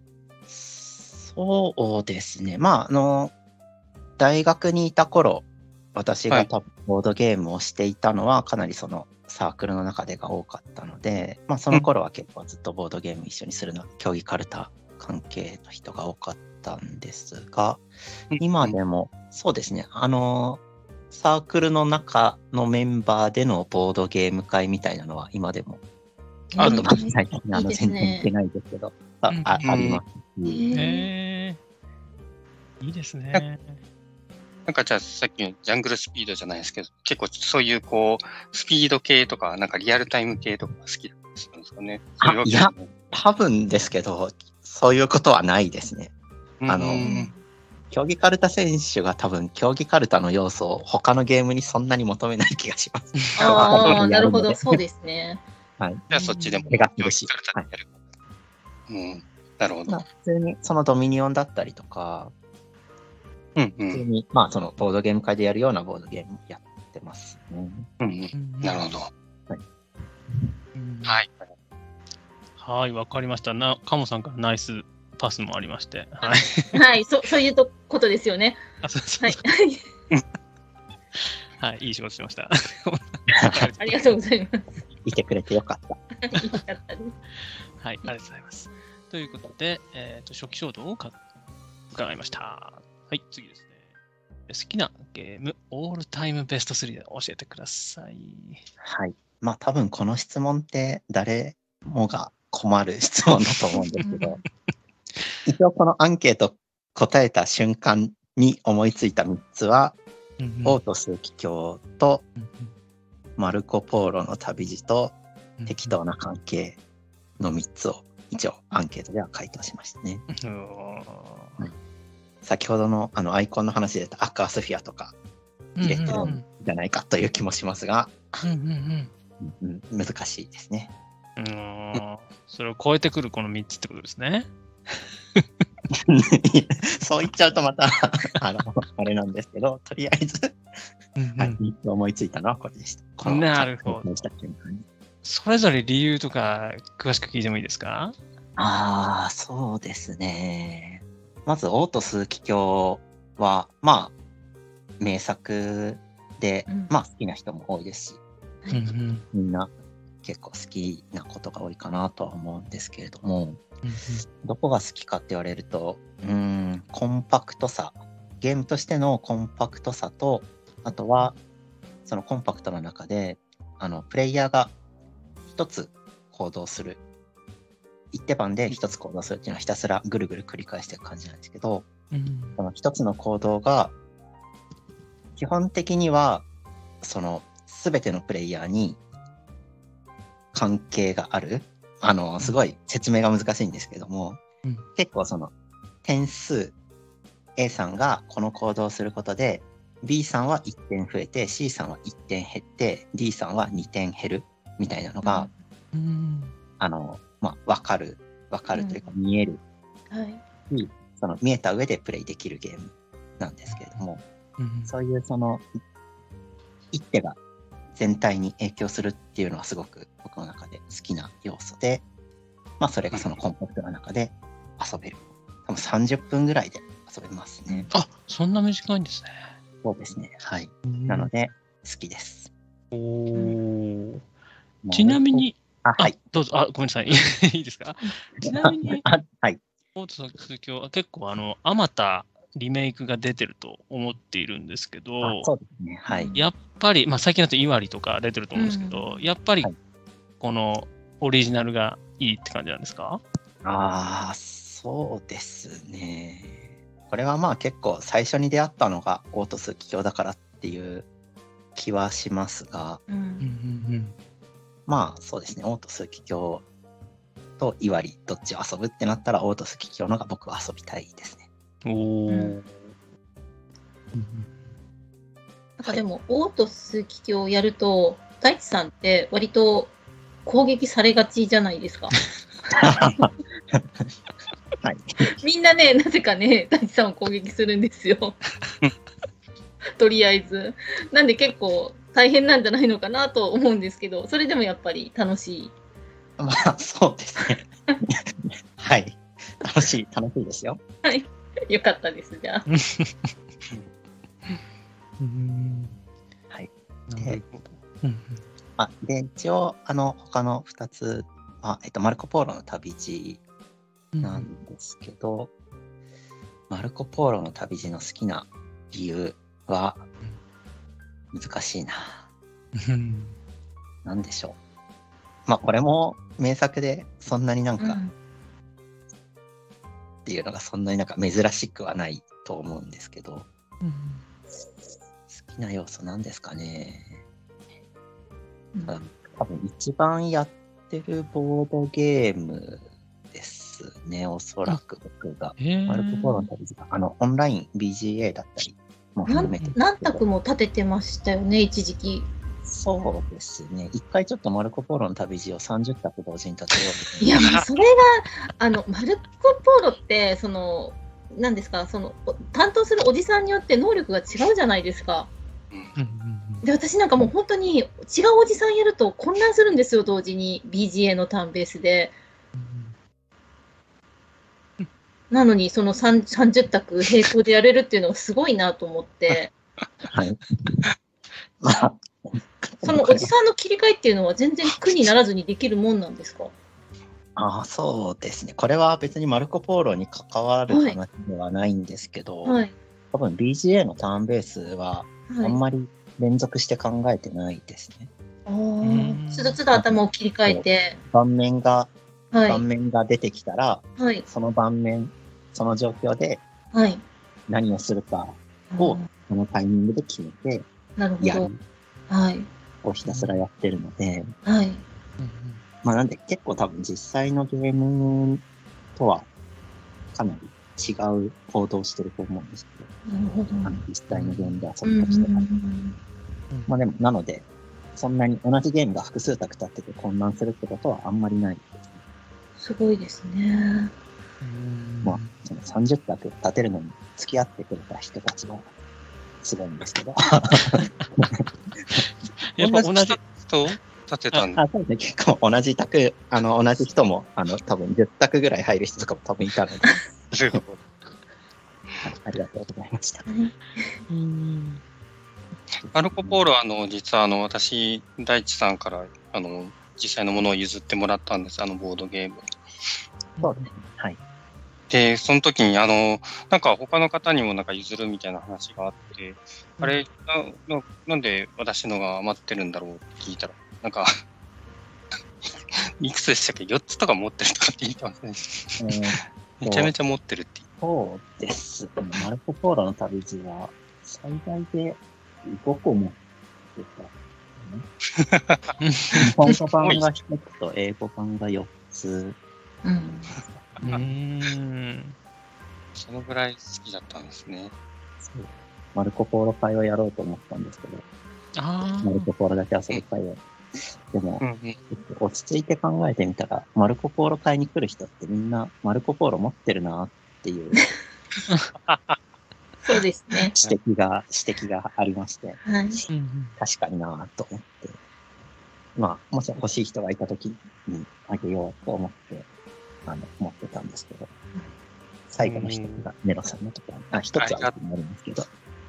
そうですね。まあ、あの、大学にいた頃、私はいが多分ボードゲームをしていたのは、かなりそのサークルの中でが多かったので、まあ、その頃は結構ずっとボードゲーム一緒にするのは、競技カルタ関係の人が多かったんですが、今でも、そうですね、あの、サークルの中のメンバーでのボードゲーム会みたいなのは、今でも、 あるちょっとまず最近、あの、 いいですね全然行ってないですけど、あうんあうんありますし、 へへーいいですね。 なんかじゃあさっきのジャングルスピードじゃないですけど、結構そういうこう、スピード系とか、なんかリアルタイム系とか好きだったりするんですかね。 あそういうわけじゃない多分ですけど、そういうことはないですね。あのうん競技カルタ選手が多分競技カルタの要素を他のゲームにそんなに求めない気がします。 ああ、なるほど、そうですね。 はい。 じゃあそっちでも手がするし競技カルタやる。うん。なるほど。 まあ、普通にそのドミニオンだったりとか、 うんうん。 普通に、まあそのボードゲーム会でやるようなボードゲームやってますね。 うんうん。なるほど。 うんはい。 はい、わかりました。な、カモさんからナイスパスもありまして。はい。 はい、そそういうとことですよね。 あ、そうそうはいそ。うはい、いい仕事しました。 ありがとうございます。 いてくれてよかった。 いいかったです。 はい、ありがとうございます。ということで、えっ、と、初期衝動をか伺いました。はい、次ですね。好きなゲーム、オールタイムベストスリーで教えてください。 はい。まあ多分この質問って誰もが困る質問だと思うんですけど、一応このアンケート答えた瞬間に思いついたみっつは、 うんオート数奇境とうんマルコ・ポーロの旅路とうん適当な関係のみっつを一応アンケートでは回答しましたね。 うん先ほどのあのアイコンの話で出たアクアスフィアとか入れてるうんんじゃないかという気もしますが、 うんうんうんうん、難しいですね。 うんうんそれを超えてくるこのみっつってことですね。 そう言っちゃうとまたあのあれなんですけど、とりあえず、はい、みっつ思いついたのはこれでした。このなるほど回答した瞬間にそれぞれ理由とか詳しく聞いてもいいですか？ ああ、そうですね。まず、オート数奇境は、まあ、名作で、 うんまあ、好きな人も多いですし、 うんうんみんな結構好きなことが多いかなとは思うんですけれども、どこが好きかって言われると、うーん、コンパクトさ、ゲームとしてのコンパクトさと、あとはそのコンパクトの中であのプレイヤーが一つ行動する、一手番で一つ行動するっていうのはひたすらぐるぐる繰り返していく感じなんですけど、 うんその一つの行動が基本的にはその全てのプレイヤーに関係がある。あのすごい説明が難しいんですけども、 うん、 結構その点数 A さんがこの行動をすることで B さんはいってん増えて C さんはいってん減って D さんはにてん減るみたいなのが、 うん、 あのまあ分かる分かるというか見える、 はい、 その見えた上でプレイできるゲームなんですけれども、うん、そういうその一手が全体に影響するっていうのはすごく僕の中で好きな要素で、まあそれがそのコンパクトな中で遊べる。多分さんじゅっぷんぐらいで遊べますね。 あ、そんな短いんですね。 そうですね。はい。なので好きです。 おー。ちなみに、 あ、はい。 どうぞ、あ、ごめんなさい。いいですか。ちなみに、 あ、はい。 オートの続きは結構あの、あまたリメイクが出てると思っているんですけど、 そうですね。はい。 やっぱり、まあ最近だとイワリとか出てると思うんですけど、うん、やっぱりこのオリジナルがいいって感じなんですか？ ああ、そうですね。これはまあ結構最初に出会ったのがオート数奇境だからっていう気はしますが、うんうんうん、まあそうですね、オート数奇境とイワリどっちを遊ぶってなったらオート数奇境のが僕は遊びたいですね。 おー、うん、 なんかでも、はい、オート数奇境をやると大地さんって割と攻撃されがちじゃないですか。はい、みんなね、なぜかね、大地さんを攻撃するんですよ。とりあえず。なんで結構大変なんじゃないのかなと思うんですけど、それでもやっぱり楽しい。 まあ、そうですね。はい。楽しい、楽しいですよ。 はい。よかったです、じゃあ。 はい。で、あ、で、一応、あの、他のふたつ、あ、えっと、マルコ・ポーロの旅路なんですけど、うん、マルコ・ポーロの旅路の好きな理由は、難しいな。なんでしょう。まあ、これも名作で、そんなになんか、うん、っていうのがそんなになんか珍しくはないと思うんですけど、うん、好きな要素なんですかね。うん、多分一番やってるボードゲームですね、おそらく僕が。マルコ・ポーロの旅路が、あの、オンライン ビージーエー だったりも含めて。 何択も立ててましたよね、一時期。 そうですね。一回ちょっとマルコ・ポーロの旅路をさんじゅっ択同時に立てようと。 いや、もうそれが、あの、マルコ・ポーロって、その、何ですか、その、担当するおじさんによって能力が違うじゃないですか。で、私なんかもう本当に違うおじさんやると混乱するんですよ、同時に ビージーエー のターンベースで。なのにそのさんじゅう択並行でやれるっていうのがすごいなと思って。 はい。 そのおじさんの切り替えっていうのは全然苦にならずにできるもんなんですか？ ああ、そうですね。これは別にマルコ・ポーロに関わる話ではないんですけど、はい、多分 ビージーエー のターンベースはあんまり連続して考えてないですね。 はい、つどつど頭を切り替えて。 盤面が、はい、盤面が出てきたら、はい、その盤面、その状況で何をするかをそのタイミングで決めてやる。 はい、 をひたすらやってるので、 はい、 まあなんで結構多分実際のゲームとはかなり違う行動をしてると思うんですけど、 なるほど、 あの実際のゲームで遊びとしては、まあでもなのでそんなに同じゲームが複数択立ってて混乱するってことはあんまりないですね。 すごいですね。 まあそのさんじゅう択立てるのに付き合ってくれた人たちはすごいんですけど。 やっぱ同じ人立てたんだ。 あ、そうですね。結構同じ択、あの、同じ人も、あの、多分じゅう択ぐらい入る人とかも多分いたので。ありがとうございました。 うんマルコ・ポーロは、あの、実は、あの、私、大地さんから、あの、実際のものを譲ってもらったんです、あの、ボードゲーム。 そうですね。はい。 で、その時に、あの、なんか他の方にもなんか譲るみたいな話があって、あれな、な、なんで私のが余ってるんだろうって聞いたら、なんか、いくつでしたっけ ?よっ つとか持ってるとかって言ってますね。 えー、 めちゃめちゃ持ってるって。 そうですね。マルコ・ポーロの旅路は、最大でごこ持ってた、ね。日本語版がひとつと英語版がよっつ。 うん。 うーん。 そのぐらい好きだったんですね。 そうマルコ・ポーロ会をやろうと思ったんですけど、 あマルコ・ポーロだけ遊ぶ会を。でも、 うんうん、 落ち着いて考えてみたら、マルコ・ポーロ会に来る人ってみんなマルコ・ポーロ持ってるなっていうそうですね。 指摘が、指摘がありまして、 はい。 確かになと思って、まあ、もし欲しい人がいた時にあげようと思って、あの、持ってたんですけど、最後の一つがネロさんのところに、あ、一つはあるんですけど、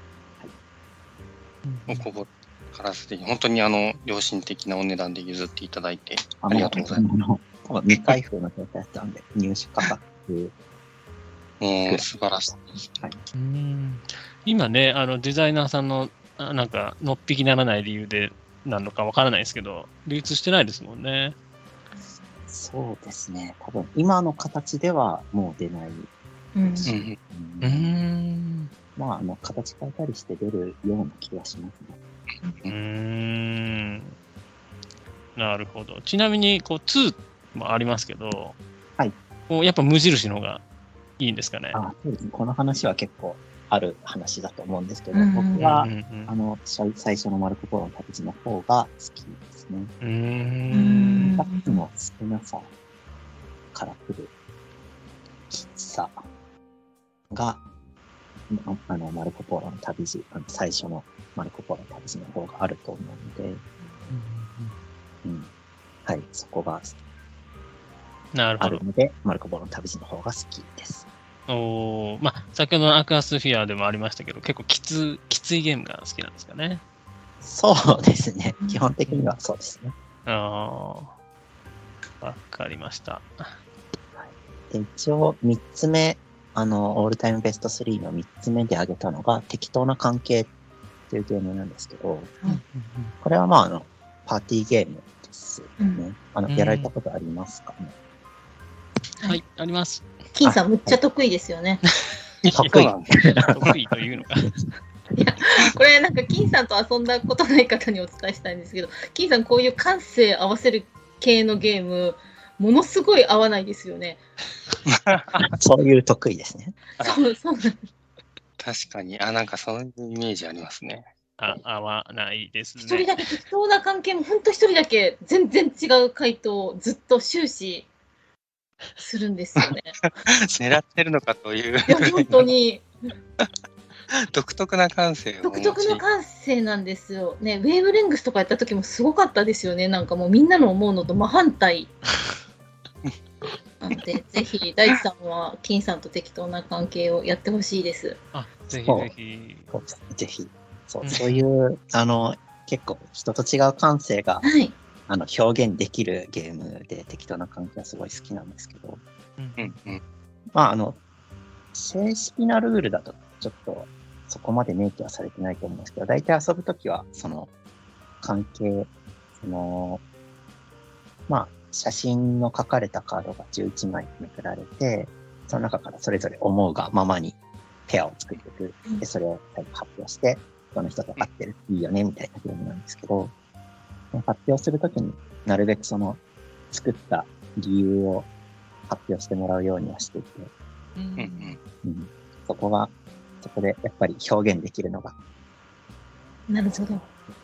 もうここからすでに本当にあの良心的なお値段で譲っていただいてありがとうございます。 多分未開封の状態だったんで、入手価格。 もう素晴らしいです。 はい、 うん今ね、あのデザイナーさんのあなんか、のっぴきならない理由でなのかわからないですけど、流通してないですもんね。 そうですね。多分今の形ではもう出ない。 うん。 うーん。 まあ、あの、形変えたりして出るような気がしますね。 うーん。なるほど。ちなみに、こう、ツーもありますけど、 はい。 こうやっぱ無印の方がいいんですかね。 あ、そうですね。この話は結構ある話だと思うんですけど、 うん僕は、 うんうんあの、最最初のマルコ・ポーロの旅路の方が好きですね。 うーん。 さっきの少なさから来るきつさが、ああの、マルコ・ポーロの旅路、あの最初のマルコ・ポーロの旅路の方があると思うので、うん、はい、そこがなるほどある。ので、マルコ・ポーロの旅路の方が好きです。 おーまあ、先ほどのアクアスフィアでもありましたけど、結構きつきついゲームが好きなんですかね。 そうですね。基本的にはそうですね。 ああ、わかりました。 で一応、みっつめ、あの、オールタイムベストスリーのみっつめで挙げたのが、適当な関係っていうゲームなんですけど、これはまあ、あの、パーティーゲームですね。うん、あの、やられたことありますかね。 はい、はい、あります。 金さん、むっちゃ得意ですよね。 得意得意というのか。 いや、これなんか金さんと遊んだことない方にお伝えしたいんですけど、金さんこういう感性合わせる系のゲーム、ものすごい合わないですよね。 そういう得意ですね。 そうそうなんです。 確かに、あ、なんかそういうイメージありますね。 あ、合わないですね。 一人だけ適当な関係も、ほんと一人だけ全然違う回答をずっと終始するんですよね。 狙ってるのかという。 いや、本当に。 独特な感性を。 独特な感性なんですよ。ね、ウェーブレングスとかやった時もすごかったですよね。なんかもうみんなの思うのと真反対。なので、ぜひ、大地さんは金さんと適当な関係をやってほしいです。 あ、ぜひぜひ。 ぜひ。そう、そういう、あの、結構人と違う感性が、 はい、 あの表現できるゲームで適当な関係はすごい好きなんですけど、 うんうん、 まあ、あの、正式なルールだとちょっとそこまで明記はされてないと思うんですけど、大体遊ぶときは、その、関係、その、まあ、写真の書かれたカードがじゅういちまいめくられて、その中からそれぞれ思うがままにペアを作っていく。で、それを最後発表して、この人と合ってる、いいよね、みたいなゲームなんですけど、発表するときになるべくその作った理由を発表してもらうようにはしていて、 うんうんうん、そこは、そこでやっぱり表現できるのが。 なるほど。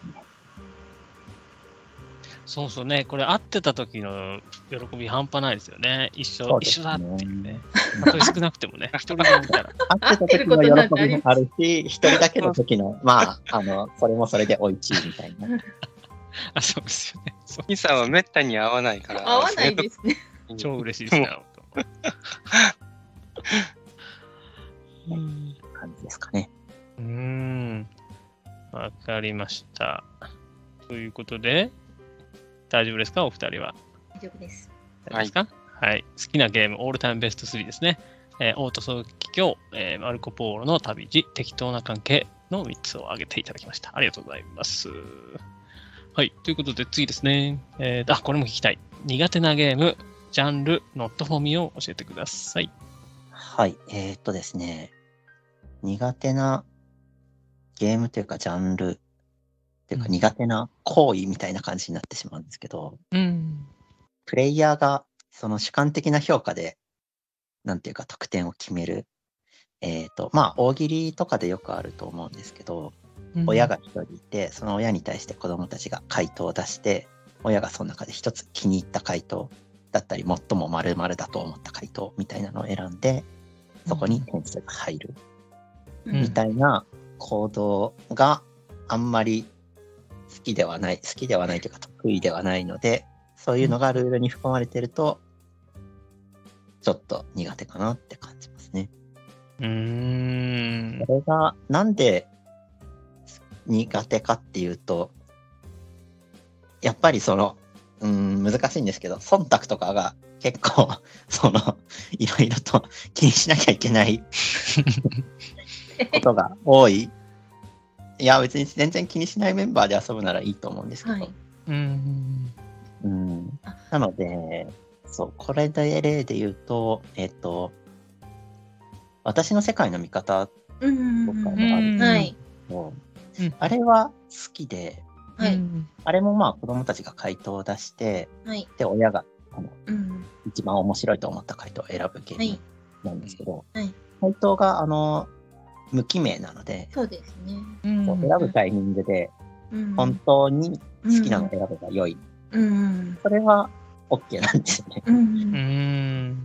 そうそうね、これ会ってた時の喜び半端ないですよね。一緒、一緒だっていうね。たとえ少なくてもね、一人でもいたら。 会ってた時の喜びもあるし、一人だけの時の、まあ、あの、それもそれで美味しいみたいな。 あ、そうですよね。 金さんはめったに合わないから。 合わないですね。 超嬉しいですね。 感じですかね。 うーん。あわかりました。ということで、大丈夫ですか、お二人は。 大丈夫です。 大丈夫ですか、はい、はい。好きなゲーム、オールタイムベストスリーですね。えー、オート早期教、えー、マルコ・ポーロの旅路、適当な関係のみっつを挙げていただきました。ありがとうございます。はい。ということで、次ですね。えー、あ、これも聞きたい。苦手なゲーム、ジャンル、not for me を教えてください。 はい。えー、っとですね。苦手なゲームというか、ジャンルというか、苦手な行為みたいな感じになってしまうんですけど、 うん、 プレイヤーがその主観的な評価で、なんていうか、得点を決める。えー、っと、まあ、大喜利とかでよくあると思うんですけど、 うん、 親が一人いて、その親に対して子供たちが回答を出して、親がその中で一つ気に入った回答だったり、最も〇〇だと思った回答みたいなのを選んで、そこに点数が入る。 うん、 みたいな行動があんまり好きではない、好きではないというか得意ではないので、そういうのがルールに含まれてると、ちょっと苦手かなって感じますね。 うーん。 それがなんで苦手かっていうと、やっぱりその、うーん、難しいんですけど、忖度とかが結構、その、いろいろと気にしなきゃいけないことが多い。いや、別に全然気にしないメンバーで遊ぶならいいと思うんですけど。 はい。 うん。 うん。なので、そう、これで例で言うと、えっと、私の世界の見方とかうんうんうん。 もあるんはい。 ですけど、 うんあれは好きで、 はい。 うんあれもまあ子供たちが回答を出して、 はい。 で、親があのうん。 一番面白いと思った回答を選ぶゲーはい。 ムなんですけど、 はい。 回答があの無記名なので、 そうですね。 うんそう選ぶタイミングでうん。 本当に好きなのを選べば良い。 うん。 それは OK なんですよね。 うん。 うーん。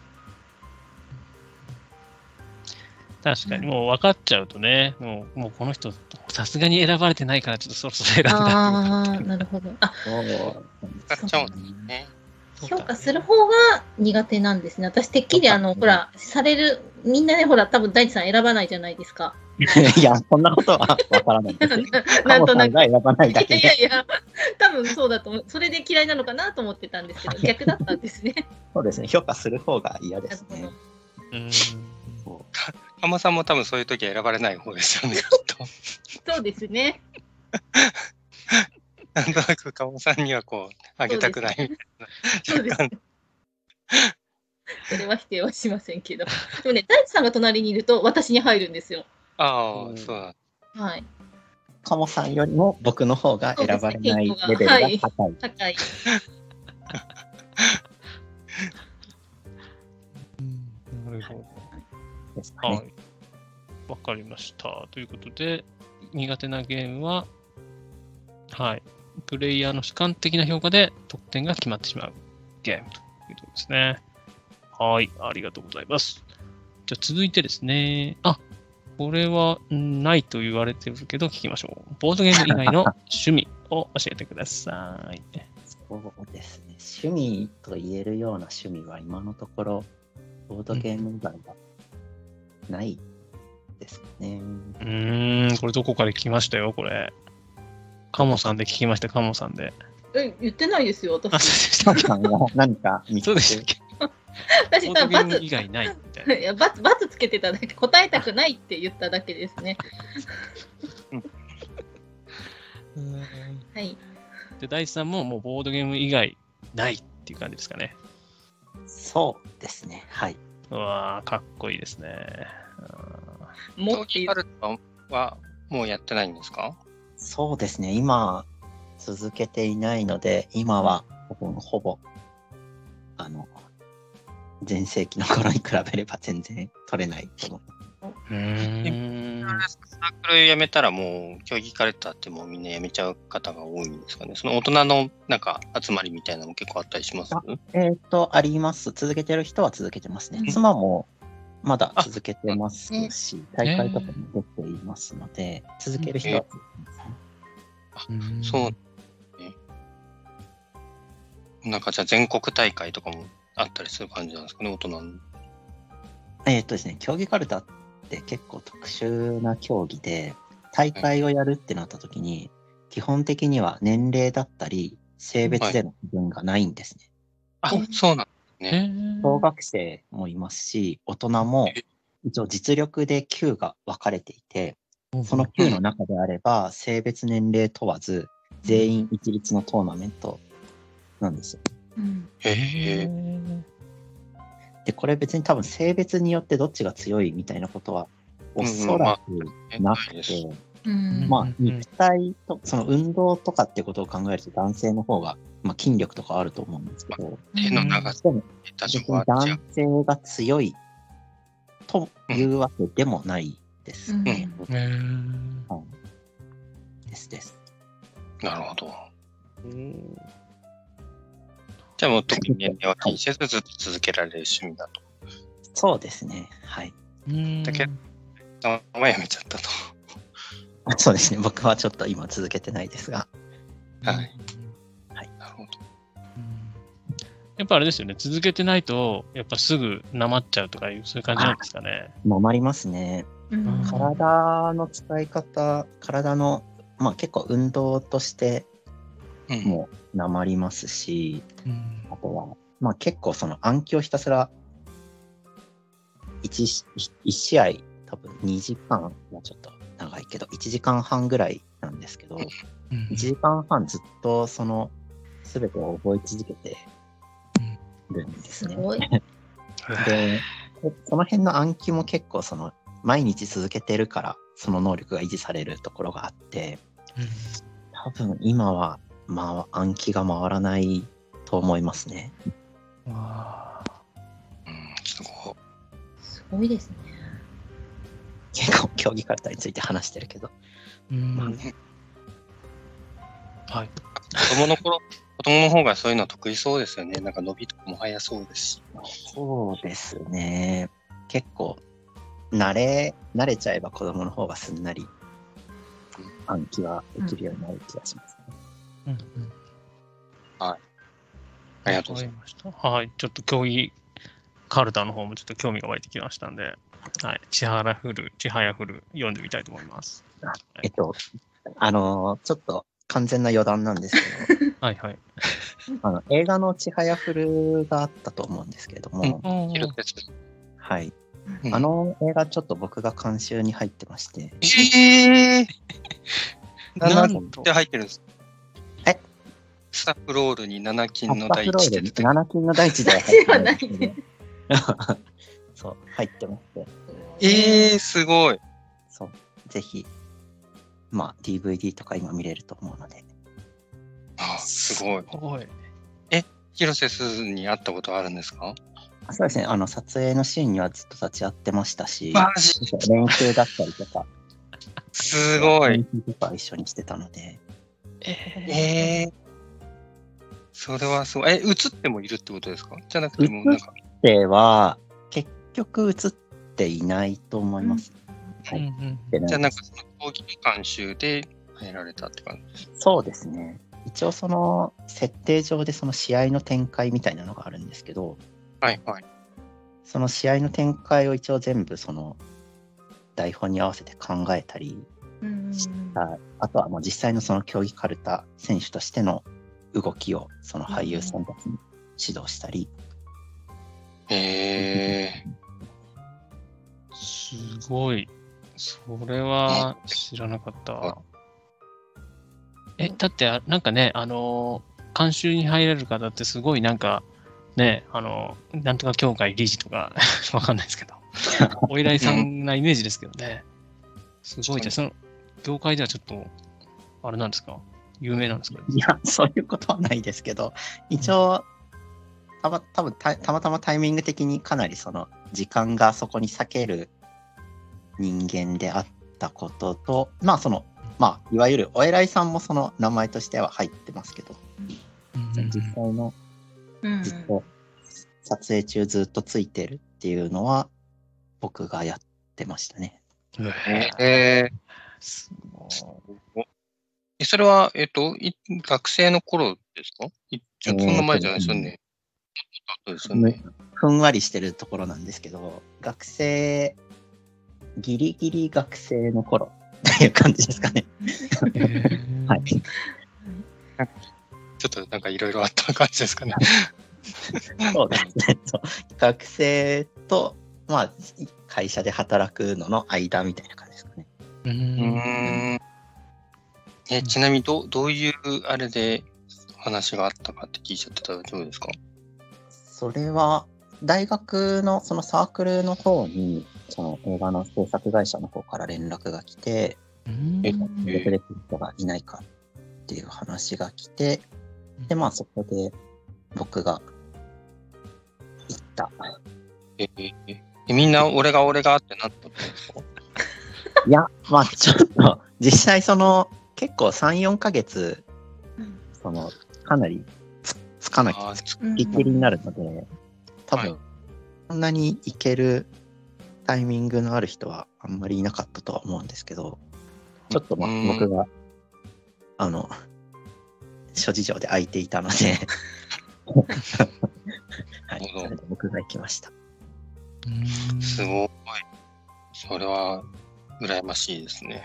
確かに、もう分かっちゃうとね、もうもうこの人、さすがに選ばれてないから、ちょっとそろそろ選んだ。 ああ、なるほど。あ、 そう使っちゃうんですね。 評価する方が苦手なんですね。私、てっきり、あの、ほら、される、みんなね、ほら、多分大地さん選ばないじゃないですか。 いや、そんなことはわからないですよ。 なんとなく。 カモさんが選ばないいだけで。 やいやいや、多分そうだと思う。それで嫌いなのかなと思ってたんですけど、逆だったんですね。 そうですね。評価する方が嫌ですねなるほ。 うん。 そうカモさんも多分そういう時は選ばれない方ですよね、きっと。 そうですね。 なんとなくカモさんにはこう、あげたくないみたいそうですな。 それは否定はしませんけど。でもね、大地さんが隣にいると私に入るんですよ。 ああ、そうなんはい。 カモさんよりも僕の方が選ばれないレベルが高い。 高い。 なるほど。 ですかね。 はい。わかりました。ということで、苦手なゲームは、はい。プレイヤーの主観的な評価で得点が決まってしまうゲームということですね。はい。ありがとうございます。じゃあ続いてですね。あ、これはんないと言われてるけど聞きましょう。ボードゲーム以外の趣味を教えてください。 そうですね。趣味と言えるような趣味は今のところ、ボードゲーム以外はないですね。 うーん、これどこかで聞きましたよ、これ。カモさんで聞きました、カモさんで。 え、言ってないですよ、 あ、そうで私。 した。 カモさんが何か見つそうけでしたっけ。 私、 ボードゲーム罰、 以外ないみたいな。 いや、罰、罰つけてただけ、答えたくないって言っただけですね。はい。 で、大地さんももうボードゲーム以外ないっていう感じですかね。 そうですね。はい。 うわー、かっこいいですね。 もっていう競技カルタはもうやってないんですか？ そうですね。今、続けていないので、今はほぼ、ほぼあの、前世紀の頃に比べれば全然取れないと思う。 うーん。 サークル辞めたらもう競技カルタってもうみんな辞めちゃう方が多いんですかね。その大人のなんか集まりみたいなのも結構あったりします？ あえっ、と、あります。続けてる人は続けてますね。 うん妻もまだ続けてますあし、大会とかも出ていますので、続ける人は続けてますね。 うんそうね。なんかじゃあ全国大会とかもあったりする感じなんですかね、大人の。 えっ、とですね、競技カルタって結構特殊な競技で、 大会をやるってなった時に、基本的には年齢だったり、性別での区分がないんですね。 あ、そうなんですね。 小学生もいますし、大人も一応実力で級が分かれていて、その級の中であれば、性別年齢問わず、全員一律のトーナメントなんですよ。 へえ。 で、これ別に多分性別によってどっちが強いみたいなことは、おそらくなくて、まあ、肉体と、その運動とかってことを考えると男性の方が、まあ、筋力とかあると思うんですけど、 手の長さ、 でも別に男性が強いというわけでもないですね。 うんはい、ですです。 なるほど。じゃあもう特に年齢は気にせずずっと続けられる趣味だと。 そうですね。はい。 だけど、名前やめちゃったと。 そうですね。僕はちょっと今続けてないですが。 はい。 はい。 なるほど。 やっぱあれですよね。続けてないと、やっぱすぐなまっちゃうとかいう、そういう感じなんですかね。 なまりますね。体の使い方、体の、まあ結構運動としてもなまりますし、うん、あとは、まあ結構その暗記をひたすら1、1試合多分にじかんはちょっと長いけど、いちじかんはんぐらいなんですけど、うん、いちじかんはんずっとその全てを覚え続けてるんですね。 すで、その辺の暗記も結構その毎日続けてるからその能力が維持されるところがあって、うん、多分今はまあ暗記が回らないと思いますね。 わー、うん、すごい。 すごいですね。 結構競技カルタについて話してるけど。 うん、まあ、はい。 子供の頃、子供の方がそういうの得意そうですよね。なんか伸びとかも早そうですし。 そうですね。結構慣れ慣れちゃえば子供の方がすんなり暗記はできるようになる気がしますね。 うんうん、 はい。ありがとうございました。 はい。ちょっと競技カルタの方もちょっと興味が湧いてきましたんで、はい。ちはやふる、ちはやふる読んでみたいと思います。 はい、えっと、あのー、ちょっと完全な余談なんですけど、 はいはい。 あの映画のちはやふるがあったと思うんですけれども、 うん、 はい。あの映画ちょっと僕が監修に入ってまして。 えー、なんで入ってるんですか？ えスタッフロールになな金の第一で出てなな金の第一では入ってないですけど。そう、入ってまして。 えー、すごい。 そう、ぜひ、まあ ディーブイディー とか今見れると思うので。 あ、すごい。すごい。え、広瀬すずに会ったことあるんですか？ そうですね、あの撮影のシーンにはずっと立ち会ってましたし、 マジ練習だったりとか、 すごい。 練習とか一緒にしてたので。 えー、それはすごい。え、映ってもいるってことですか？じゃなくてもなんか。 映っては、結局映っていないと思います。 うん、はいうんうん、じゃあなんかその競技監修で入られたって感じですか？ そうですね。一応その設定上でその試合の展開みたいなのがあるんですけど、 はいはい。 その試合の展開を一応全部その台本に合わせて考えたりした、あとはもう実際のその競技カルタ選手としての動きをその俳優さんたちに指導したり。 へえー、すごい。それは知らなかった。え、だってなんかね、あの監修に入れる方ってすごいなんかね、あの、なんとか協会理事とか、わかんないですけど、お依頼さんなイメージですけどね。すごいじゃん。その、業界ではちょっと、あれなんですか？有名なんですか？ いや、そういうことはないですけど、一応、たま、多分た、たまたまタイミング的にかなりその、時間がそこに割ける人間であったことと、まあその、まあ、いわゆるお偉いさんもその名前としては入ってますけど、うん、実際の、ずっと撮影中ずっとついてるっていうのは僕がやってましたね。 へえ。すごい。え、それは、えっと、学生の頃ですか？ちょっとそんな前じゃないですよね。 そうですよね。ふんわりしてるところなんですけど、学生、ギリギリ学生の頃っていう感じですかね。はい。 ちょっとなんかいろいろあった感じですかね。 そうですね。そう学生と、まあ、会社で働くのの間みたいな感じですかね。 うー。 うんーん。え、ちなみにどどういうあれで話があったかって聞いちゃってたら大丈夫ですか？ それは、大学のそのサークルの方に、その映画の制作会社の方から連絡が来て、 うーん。 え連絡できる人がいないかっていう話が来て、で、まあそこで僕が行った。 えええみんな俺が俺がってなったんですか？ いや、まあちょっと、実際その、結構さん、よんかげつ、その、かなりつつかなきゃあーつうんいきりになるので、多分、 はいそんなに行けるタイミングのある人はあんまりいなかったとは思うんですけど、ちょっとまあうん僕が、あの、諸事情で空いていたので、はい、 なるほどそれで僕が行きました。 うーんすごい。それは羨ましいですね。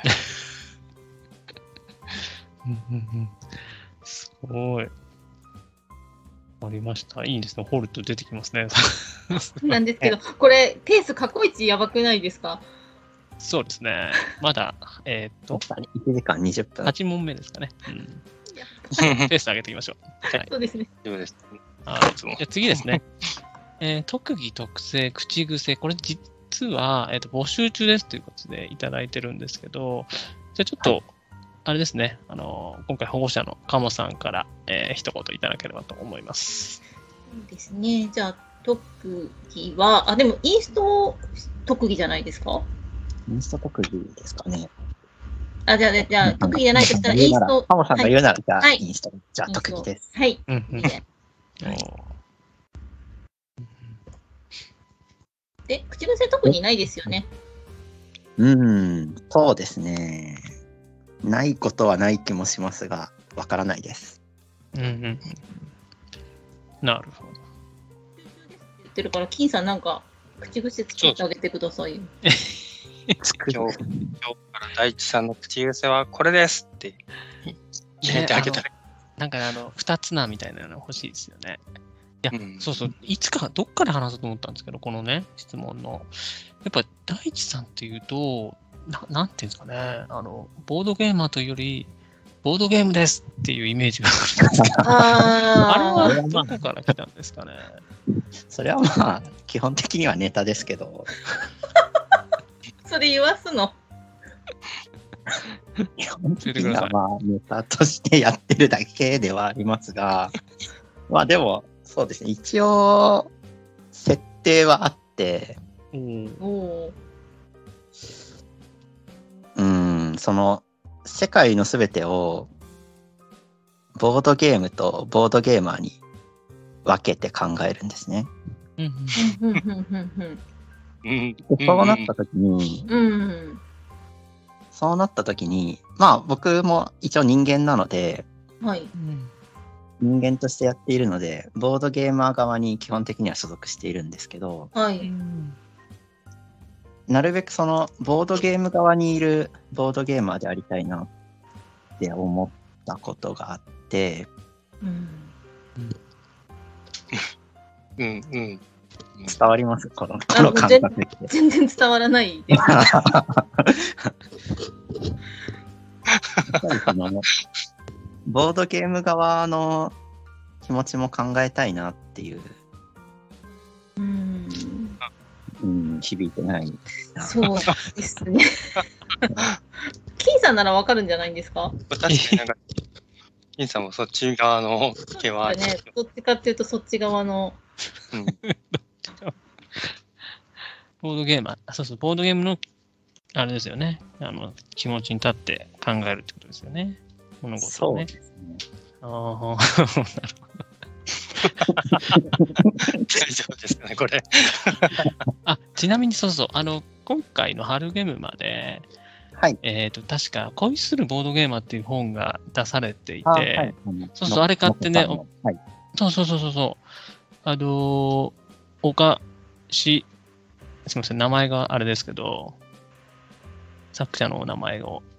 うんうんうんすごい。ありました。いいですね。ホルト出てきますね。 なんですけど、これ、ペース過去一やばくないですか？ そうですね。まだ、えーっと、 確かにいちじかんにじゅっぷん。 はち問目ですかね。うん、 やペース上げていきましょう。はい。 そうですね。 大丈夫です。 はいいつもじゃあ次ですね。えー特技、特性、口癖。これ実は、えーっと募集中ですということでいただいてるんですけど、じゃあちょっと、 はあれですね。あの、今回保護者のカモさんから、えー一言いただければと思います。 そうですね。じゃあ、特技は、あ、でも、インスト特技じゃないですか？ インスト特技ですかね。 あ、じゃあ、じゃあ、特技じゃないとしたら、インスト。 カモさんが言うなら、じゃあ、 はいインスト。じゃあ、特技です。 はい。 うんうんいいねはいで、口癖特にないですよね。 うーん、そうですね。ないことはない気もしますが、わからないです。 うんうんうんなるほど。 言ってるから、金さんなんか、口癖つけてあげてくださいよ。 作る今日今日から大地さんの口癖はこれですって決めてあげたら、 なんかあの、二つなみたいなの欲しいですよね。いや、 うんそうそう、いつか、どっかで話そうと思ったんですけど、このね、質問の。やっぱ、大地さんっていうと、ななんていうんですかね、あの、ボードゲーマーというより、ボードゲームですっていうイメージがあるんですけど、ああれはどこから来たんですかね。 それはまあ、基本的にはネタですけど、 あ、それ言わすの。 基本的にはまあ、ネタとしてやってるだけではありますが、まあでも、そうですね、一応、設定はあって、 うんおお。 うーん、その、世界のすべてを、ボードゲームとボードゲーマーに分けて考えるんですね。 うんふんふんふんふんふん。 うんでそうなった時に、 うん。 そうなった時に、まあ僕も一応人間なので、 はい。 うん人間としてやっているので、ボードゲーマー側に基本的には所属しているんですけど、 はうい。 んなるべくそのボードゲーム側にいるボードゲーマーでありたいなって思ったことがあって、 うん。 うんうん伝わりますこの、こあの感覚って。 全然伝わらないです。 やっぱりそのボードゲーム側の気持ちも考えたいなっていう、 うん。 うん、響いてないな。 そうですね。金さんならわかるんじゃないんですか？ 確かになんか金さんもそっち側の毛はある、 ね、どっちかっていうとそっち側の。 うんボードゲーマー、あそうそう、ボードゲームの、あれですよね。あの、気持ちに立って考えるってことですよね。物事そうをね。 ですね。 ああ、なるほど。 大丈夫ですかねこれ。 あ、ちなみにそうそう、あの、今回の春ゲームまで、 はい。 えっ、と、確か、恋するボードゲーマーっていう本が出されていて、 あはい、 そうそうあれ買ってねのはい。 そうそうそうそうそう、あのー、おかし、すみません、名前があれですけど、作者のお名前を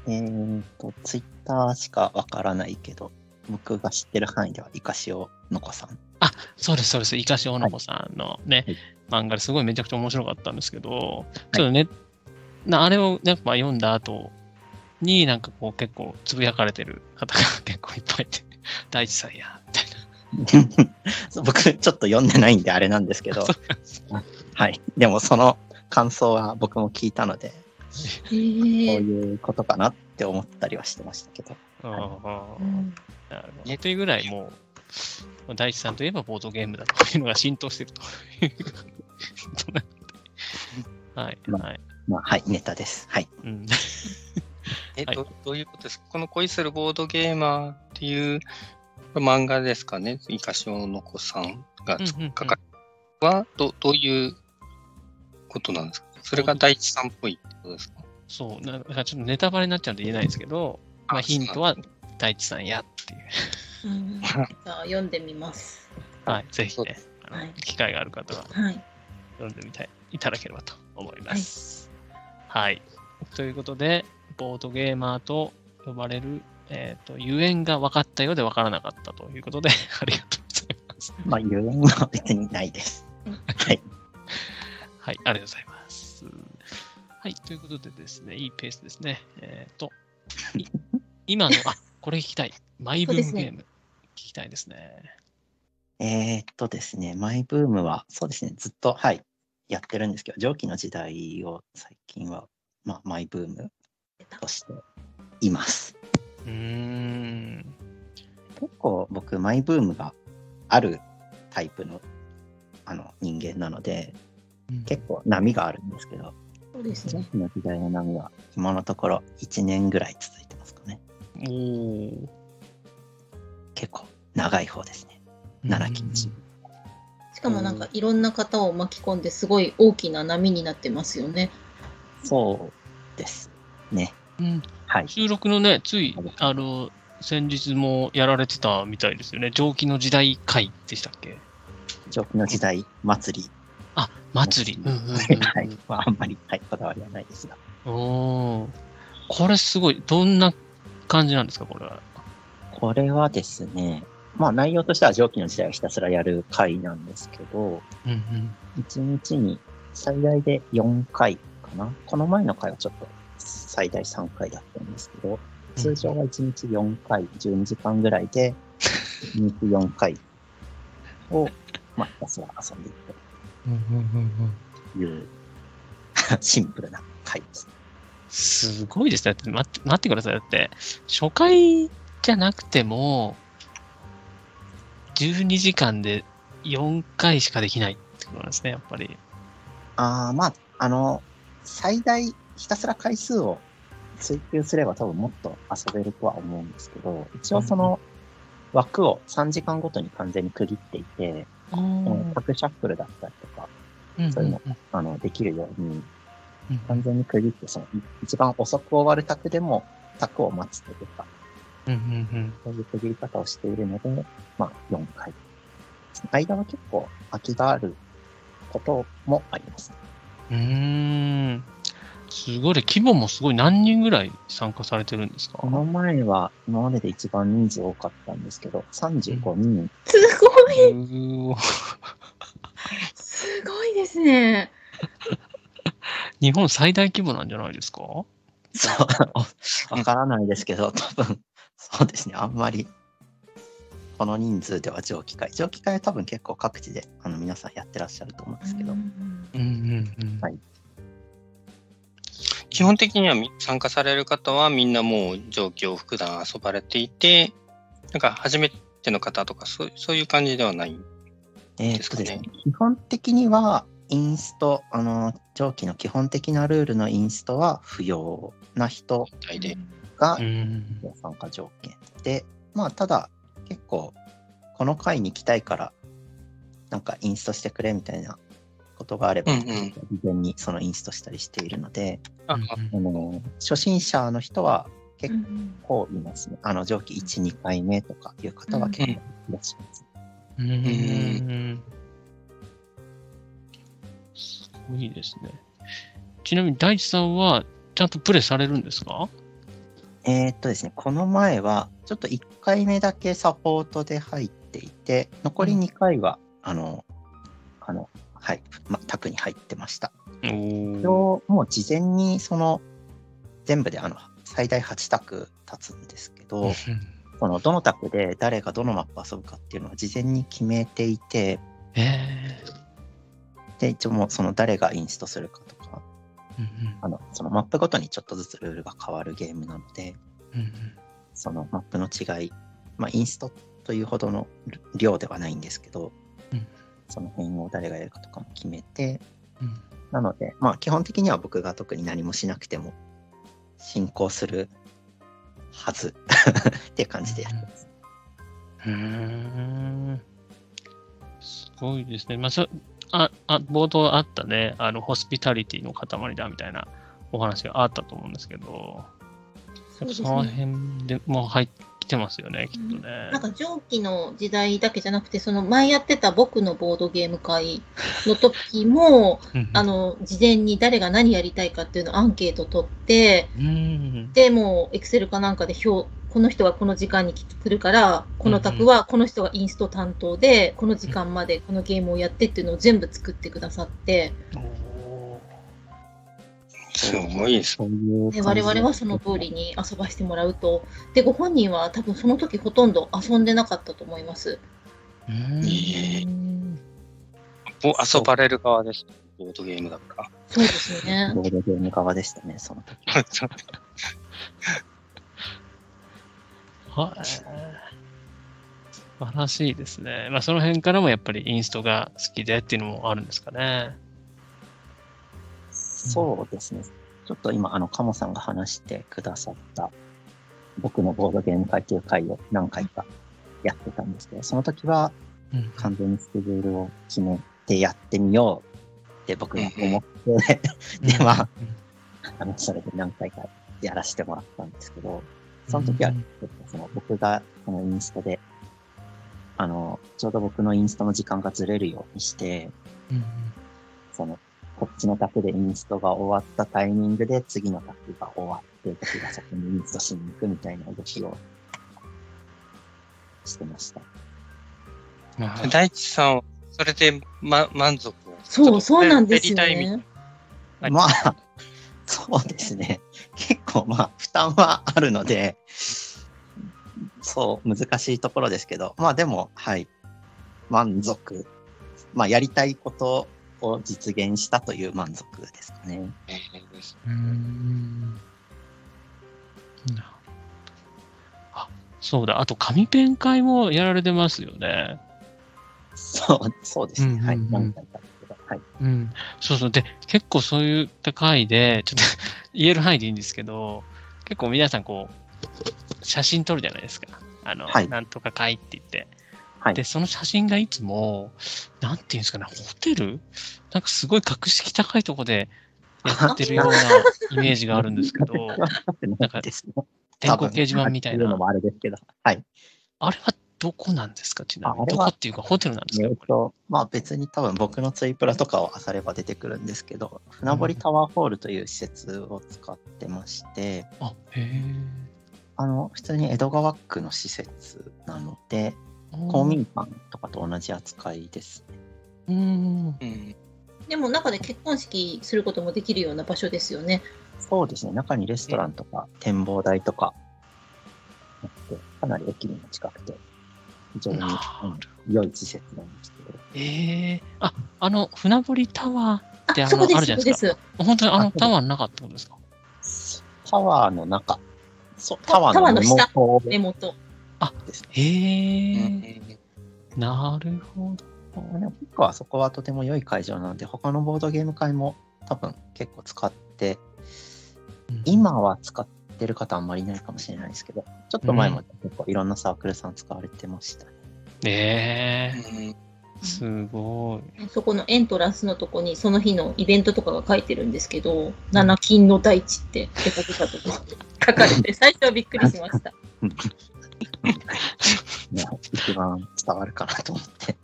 えーと、ツイッターしかわからないけど、僕が知ってる範囲では、イカシオのこさん。 あ、そうです、そうです。イカシオノコさんのね、 はい漫画ですごいめちゃくちゃ面白かったんですけど、ちょっとね、なあれをね、まあ、読んだ後に、なんかこう結構つぶやかれてる方が結構いっぱいいて、大地さんや、みたいそう僕、ちょっと読んでないんであれなんですけど、はい。でも、その感想は僕も聞いたので、 へこうえ。 いうことかなって思ったりはしてましたけど。 な。ああ、 うんなるほど。というぐらいもう、大地さんといえばボードゲームだというのが浸透しているということなので。はい、 まはい。 まあ、はい、ネタです。はい。 うん、 え、 はいどどういうことですか？この恋するボードゲーマーっていう漫画ですかね？イカシオの子さんがうんうんうん書かれたはどどういうことなんですか？それが大地さんっぽいってことですか？ そう、なんかちょっとネタバレになっちゃうんで言えないですけど、まあ、ヒントは大地さんやっていう。 うんじゃあ読んでみます。 はい、ぜひねそうで、 あのはい機会がある方ははい。 読んでみたいいただければと思います。はい。ということで、ボードゲーマーと呼ばれる、えっ、と、ゆえんが分かったようで分からなかったということで、ありがとうございます。 まあ、ゆえんは別にないです。はい。 はい、ありがとうございます。はい、ということでですね、いいペースですね。えっ、と、い今の、あ、これ聞きたい。マイブームゲーム、聞きたいですね。 えーっとですね、マイブームは、そうですね、ずっと、はい、やってるんですけど、蒸気の時代を最近は、まあ、マイブームとしています。 うーん。 結構僕、マイブームがあるタイプのあの人間なので、結構波があるんですけど、 そうですね。 蒸気の時代の波は今のところいちねんぐらい続いてますかね。 おー。 結構長い方ですね。ななきんち。 しかもなんかいろんな方を巻き込んですごい大きな波になってますよね。 そうですね。 うん、 はい。 収録のね、つい、あの、先日もやられてたみたいですよね。蒸気の時代会でしたっけ？ 蒸気の時代祭り。 あ、祭り。うんうんうんうんはい。まあ、あんまり、はい、こだわりはないですが。 おー、これすごい。どんな感じなんですか、これは。 これはですね、まあ内容としては蒸気の時代をひたすらやる回なんですけど、 うんうんいちにちに最大でよんかいかな。この前の回はちょっと最大さんかいだったんですけど、通常はいちにちよんかい、じゅうにじかんぐらいで、いちにちよんかいを、まあ、ひたすら遊んでいくうんうんうんうんというシンプルな回です。 すごいですね。だって待って、待ってください。だって、初回じゃなくても、じゅうにじかんでよんかいしかできないってことなんですね、やっぱり。 ああ、まあ、あの、最大ひたすら回数を追求すれば多分もっと遊べるとは思うんですけど、一応その枠をさんじかんごとに完全に区切っていて、 あ各シャッフルだったりとか、 ーそういうのんんあのできるようにうん完全に区切って、そのい一番遅く終わる卓でも卓を待つというか、 うんうんうんそういう区切り方をしているので、まあよんかい。間は結構空きがあることもありますね。 うーん。すごい、規模もすごい。何人ぐらい参加されてるんですか？ この前は今までで一番人数多かったんですけど、さんじゅうごにん。 すごい、 うーわすごいですね。 日本最大規模なんじゃないですか？ そう、わからないですけど、多分、そうですね、あんまり、この人数では蒸気会。蒸気会は多分結構各地であの皆さんやってらっしゃると思うんですけど、 うんうんうんうん。 はい基本的にはみ参加される方はみんなもう蒸気を普段遊ばれていて、なんか初めての方とかそうそういう感じではない。 えーですかねっとですね、基本的には、インスト、あの、蒸気の基本的なルールのインストは不要な人みたいで。 がうん参加条件で、まあ、ただ、結構、この回に来たいから、なんかインストしてくれみたいなことがあれば、 うんうん事前にそのインストしたりしているので、 あうんあの初心者の人は結うん構いますね。あの上記いち、にかいめとかいう方は結構いらっしゃいます。 うんうんうんすごいですね。ちなみに大地さんはちゃんとプレイされるんですか？ えーっとですね、この前は、ちょっといっかいめだけサポートで入っていて、残りにかいは、あの、あの、はい、ま、卓に入ってました。 おー一応もう事前に、その、全部であの、最大はち卓立つんですけど、その、どの卓で誰がどのマップ遊ぶかっていうのは事前に決めていて、 えで、一応もうその誰がインストするかとか、 ーうんうんあの、そのマップごとにちょっとずつルールが変わるゲームなので、 うんうんそのマップの違い、まあ、インストというほどの量ではないんですけど、 うんその辺を誰がやるかとかも決めて、 うんなので、まあ、基本的には僕が特に何もしなくても進行するはずっていう感じでやってます。 うーんすごいですね。まあ、そああ冒頭あったね、あのホスピタリティの塊だみたいなお話があったと思うんですけど、 そうですそのね。 辺でもう入ってきてますよね、きっとね。 なんか上記の時代だけじゃなくて、その前やってた僕のボードゲーム会の時も、 うんうんあの、事前に誰が何やりたいかっていうのをアンケート取って、 うんで、もうエクセルかなんかで表、この人がこの時間に来るから、この卓はこの人がインスト担当で、この時間までこのゲームをやってっていうのを全部作ってくださって、 おすごいです。 そういうで感じ我々はその通りに遊ばしてもらうと、で、ご本人は多分その時ほとんど遊んでなかったと思います。 ーうーんお遊ばれる側です。ボードゲームだかそうですね。 ボードゲーム側でしたね、その時。 ら。 はい。素晴らしいですね。まあ、その辺からもやっぱりインストが好きでっていうのもあるんですかね。 そうですね。ちょっと今、あの、カモさんが話してくださった僕のボードゲーム会という会を何回かやってたんですけど、その時はうん完全にスケジュールを決めてやってみようって僕が思って、で、まあ、あの、それで何回かやらせてもらったんですけど、その時は、ちょっとその僕がこのインストで、あの、ちょうど僕のインストの時間がずれるようにして、 うんうんその、こっちの卓でインストが終わったタイミングで次の卓が終わって、僕が先にインストしに行くみたいな動きをしてました。 まあ大地さんは、それで、ま、満足を。 そう、そうなんですよやりたいみたいね。 はいまあ、そうですね。結構まあ、負担はあるので、そう、難しいところですけど、まあでも、はい、満足。まあ、やりたいことを実現したという満足ですかね。 うーんなあ、そうだ。あと、紙ペン会もやられてますよね。 そう、そうですね。はい。 うんうんうん何回かですけど、はい。 うん。そうそう。で、結構そういった回で、ちょっと言える範囲でいいんですけど、結構皆さんこう、写真撮るじゃないですか。あの、 はいなんとか会って言って。 はいで、その写真がいつも、なんていうんですかね、ホテルなんかすごい格式高いとこでやってるようなイメージがあるんですけど、 なんかですね。 電光掲示板みたいな。 多分いうのもあれですけど、はい。 あれはどこなんですかちなみに。 ああれはどこっていうかホテルなんですえかっと、まあ別に多分僕のツイプラとかを漁れば出てくるんですけど、船堀タワーホールという施設を使ってまして、 あ、へえ。 あの、普通に江戸川区の施設なので、公民館とかと同じ扱いですね。 うん。 うん。 でも中で結婚式することもできるような場所ですよね。 そうですね。中にレストランとか展望台とかあって、かなり駅にも近くて、非常に、 なるうん良い施設なんですけど。 ええあ、あの、船堀タワーってああ、そこの、 です、 あるじゃないですか。 そこです。 本当にあのあタワーの中ってことですかタワーの中、そうタタワーの根タワーの下元根元。 ですね。 へえ、 うんなるほど。 でも結構あそこはとても良い会場なので、他のボードゲーム会も多分結構使って、 うん今は使ってる方あんまりいないかもしれないですけど、ちょっと前まで結構いろんなサークルさん使われてましたね。 ええうんすごい。 そこのエントランスのとこにその日のイベントとかが書いてるんですけど、七金の大地ってデカデカと書かれて、最初はびっくりしました。 ね一番伝わるかなと思って。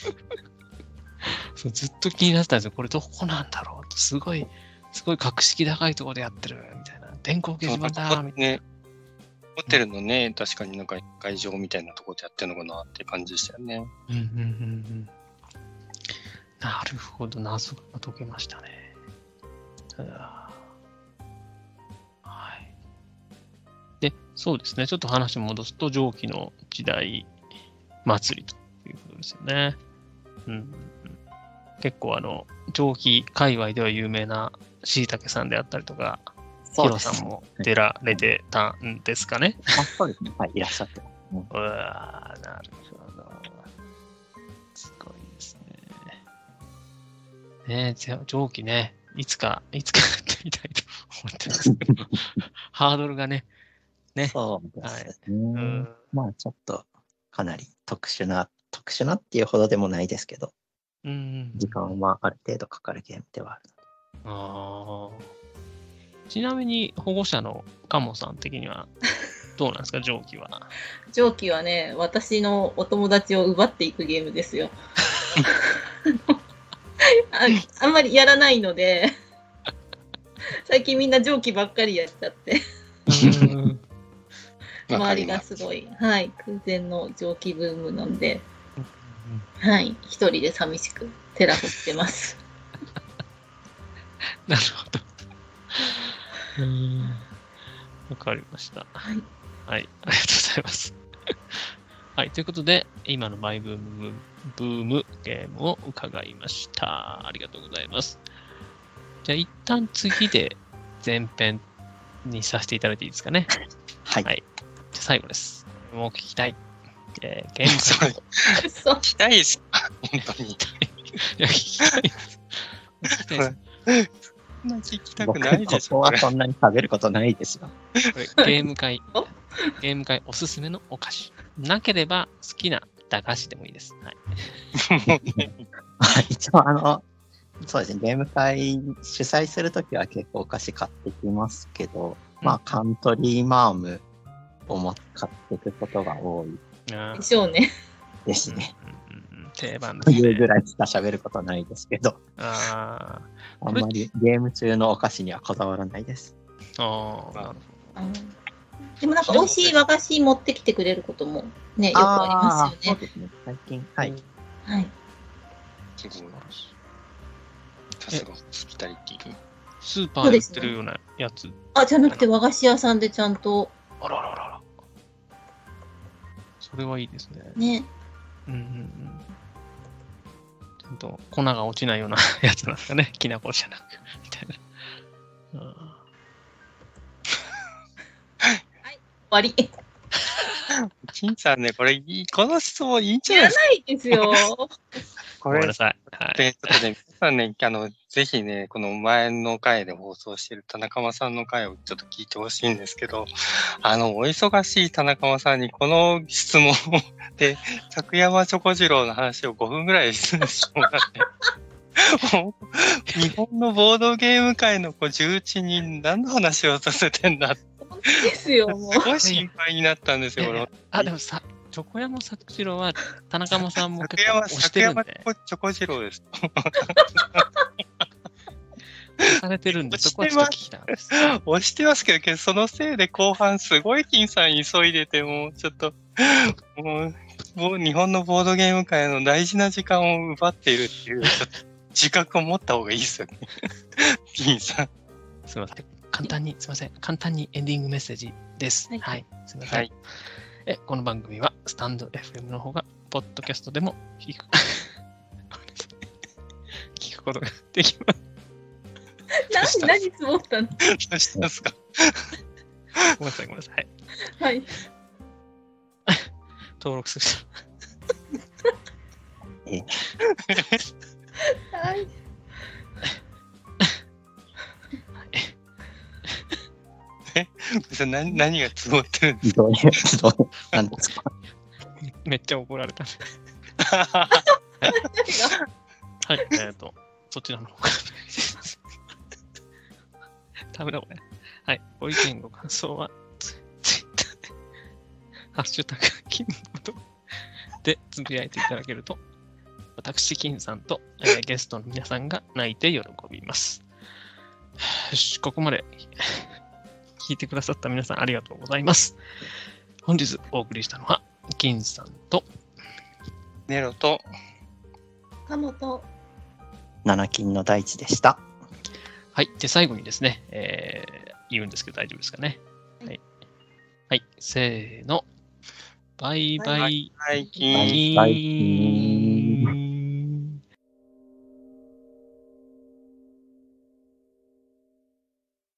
そうずっと気になってたんですよ。これどこなんだろうすごい、すごい格式高いところでやってるみたいな。電光掲示板だみたいね、 ホテルのね、確かになんか会場みたいなところでやってるのかなって感じでしたよね。 うんうんうんうん。なるほど、謎が解けましたね。はい。で、そうですね。ちょっと話戻すと、蒸気の時代祭りということですよね。うん、結構あの、蒸気界隈では有名なしいたけさんであったりとか、ヒロさんも出られてたんですかね。 あ、そうですね。はい、いらっしゃって。 うわー、なるほど。すごいですね。ねえ、じゃあ蒸気ね、いつか、いつかやってみたいと思ってますけど、ハードルがね、ね。 そうですね。 はい、うん、 まあ、ちょっと、かなり特殊な、特殊なっていうほどでもないですけど、 うん、 時間はある程度かかるゲームではある。 あちなみに保護者のカモさん的にはどうなんですか、蒸気は。 蒸気はね、私のお友達を奪っていくゲームですよ。あ, あんまりやらないので、最近みんな蒸気ばっかりやっちゃって、周りがすごい、はい、空前の蒸気ブームなんで、はい、一人で寂しくテラフってます。 なるほど。うん、わかりました。 はい。 はい、ありがとうございます。はい、ということで、今のマイブーム、ブームゲームを伺いました。ありがとうございます。じゃあ、一旦次で前編にさせていただいていいですかね。 はい。 はい、じゃあ最後です。もう聞きたい。えー、ゲームそう。 聞きたいですか本当に。 いや、聞きたいです。聞きたいです。 そんな聞きたくないですよ。ここはそんなに食べることないですよ。 これゲーム会、ゲーム会おすすめのお菓子。なければ好きな駄菓子でもいいです。はい。 一応あの、そうですね、ゲーム会主催するときは結構お菓子買ってきますけど、うん、まあカントリーマームをも買っていくことが多い。 でしょうね。 ですね。 うんうんうん、定番ですね。 というぐらいしか喋ることないですけど。 ああんまりゲーム中のお菓子にはこだわらないです。 ああ、なるほど。 でもなんか美味しい和菓子持ってきてくれることもね、よくありますよね。 そうですね、最近。はい。 はい。 すごい。さすがホスピタリティ。 スーパーで売ってるようなやつ。 あ、じゃなくて和菓子屋さんでちゃんと。 あらららら。それはいいですね。 ね。 うんうんうん。ちゃんと粉が落ちないようなやつなんですかね。きな粉じゃなくみたいな。うん終わり。 金さんね、これ、この質問いいんじゃないですか。 いらないですよ。 ごめんなさい。はい。 で、ちょっとね、皆さんね、あの、ぜひね、この前の回で放送している田中間さんの回をちょっと聞いてほしいんですけど、あの、お忙しい田中間さんにこの質問で、作山チョコ次郎の話をごふんぐらいしてもらって、日本のボードゲーム界のこう重鎮に何の話をさせてんだって。 本当ですよ、もう。 すごい心配になったんですよ、俺。 あ、でもさ、チョコ山作次郎は田中間さんも結構推してるんで。 作山チョコ次郎です。 推されてるんで、そこはちょっと聞きたかったです。 推してますけど、そのせいで後半すごい金さん急いでて、もうちょっと、もう、もう日本のボードゲーム界の大事な時間を奪っているっていう、ちょっと自覚を持った方がいいですよね。金さん。 すみません。簡単に、すみません。簡単にエンディングメッセージです。はい。はい、すみません。はい、えこの番組は、スタンド エフエム の方が、ポッドキャストでも聞く、聞くことができます。 何、何つぼったの？ どうしたんですか？ ごめんなさい、ごめんなさい。 はい。 登録する。 はい。 え、何、何がつぼってるんですか？ どういう、どうなんですか？ めっちゃ怒られた。 はい、 えっと、そちらの方から。ダメだこれ。はい。ご意見ご感想は、ツイッターで、ハッシュタグ、金のとでつぶやいていただけると、私、金さんと、えー、ゲストの皆さんが泣いて喜びます。よし、ここまで聞いてくださった皆さんありがとうございます。本日お送りしたのは、金さんと、 ネロと、 かもと、 七金の大地でした。 はい。で、最後にですね、えー、言うんですけど大丈夫ですかね。はい。はい。せーの。バイバイ。 最バイ近。 バイ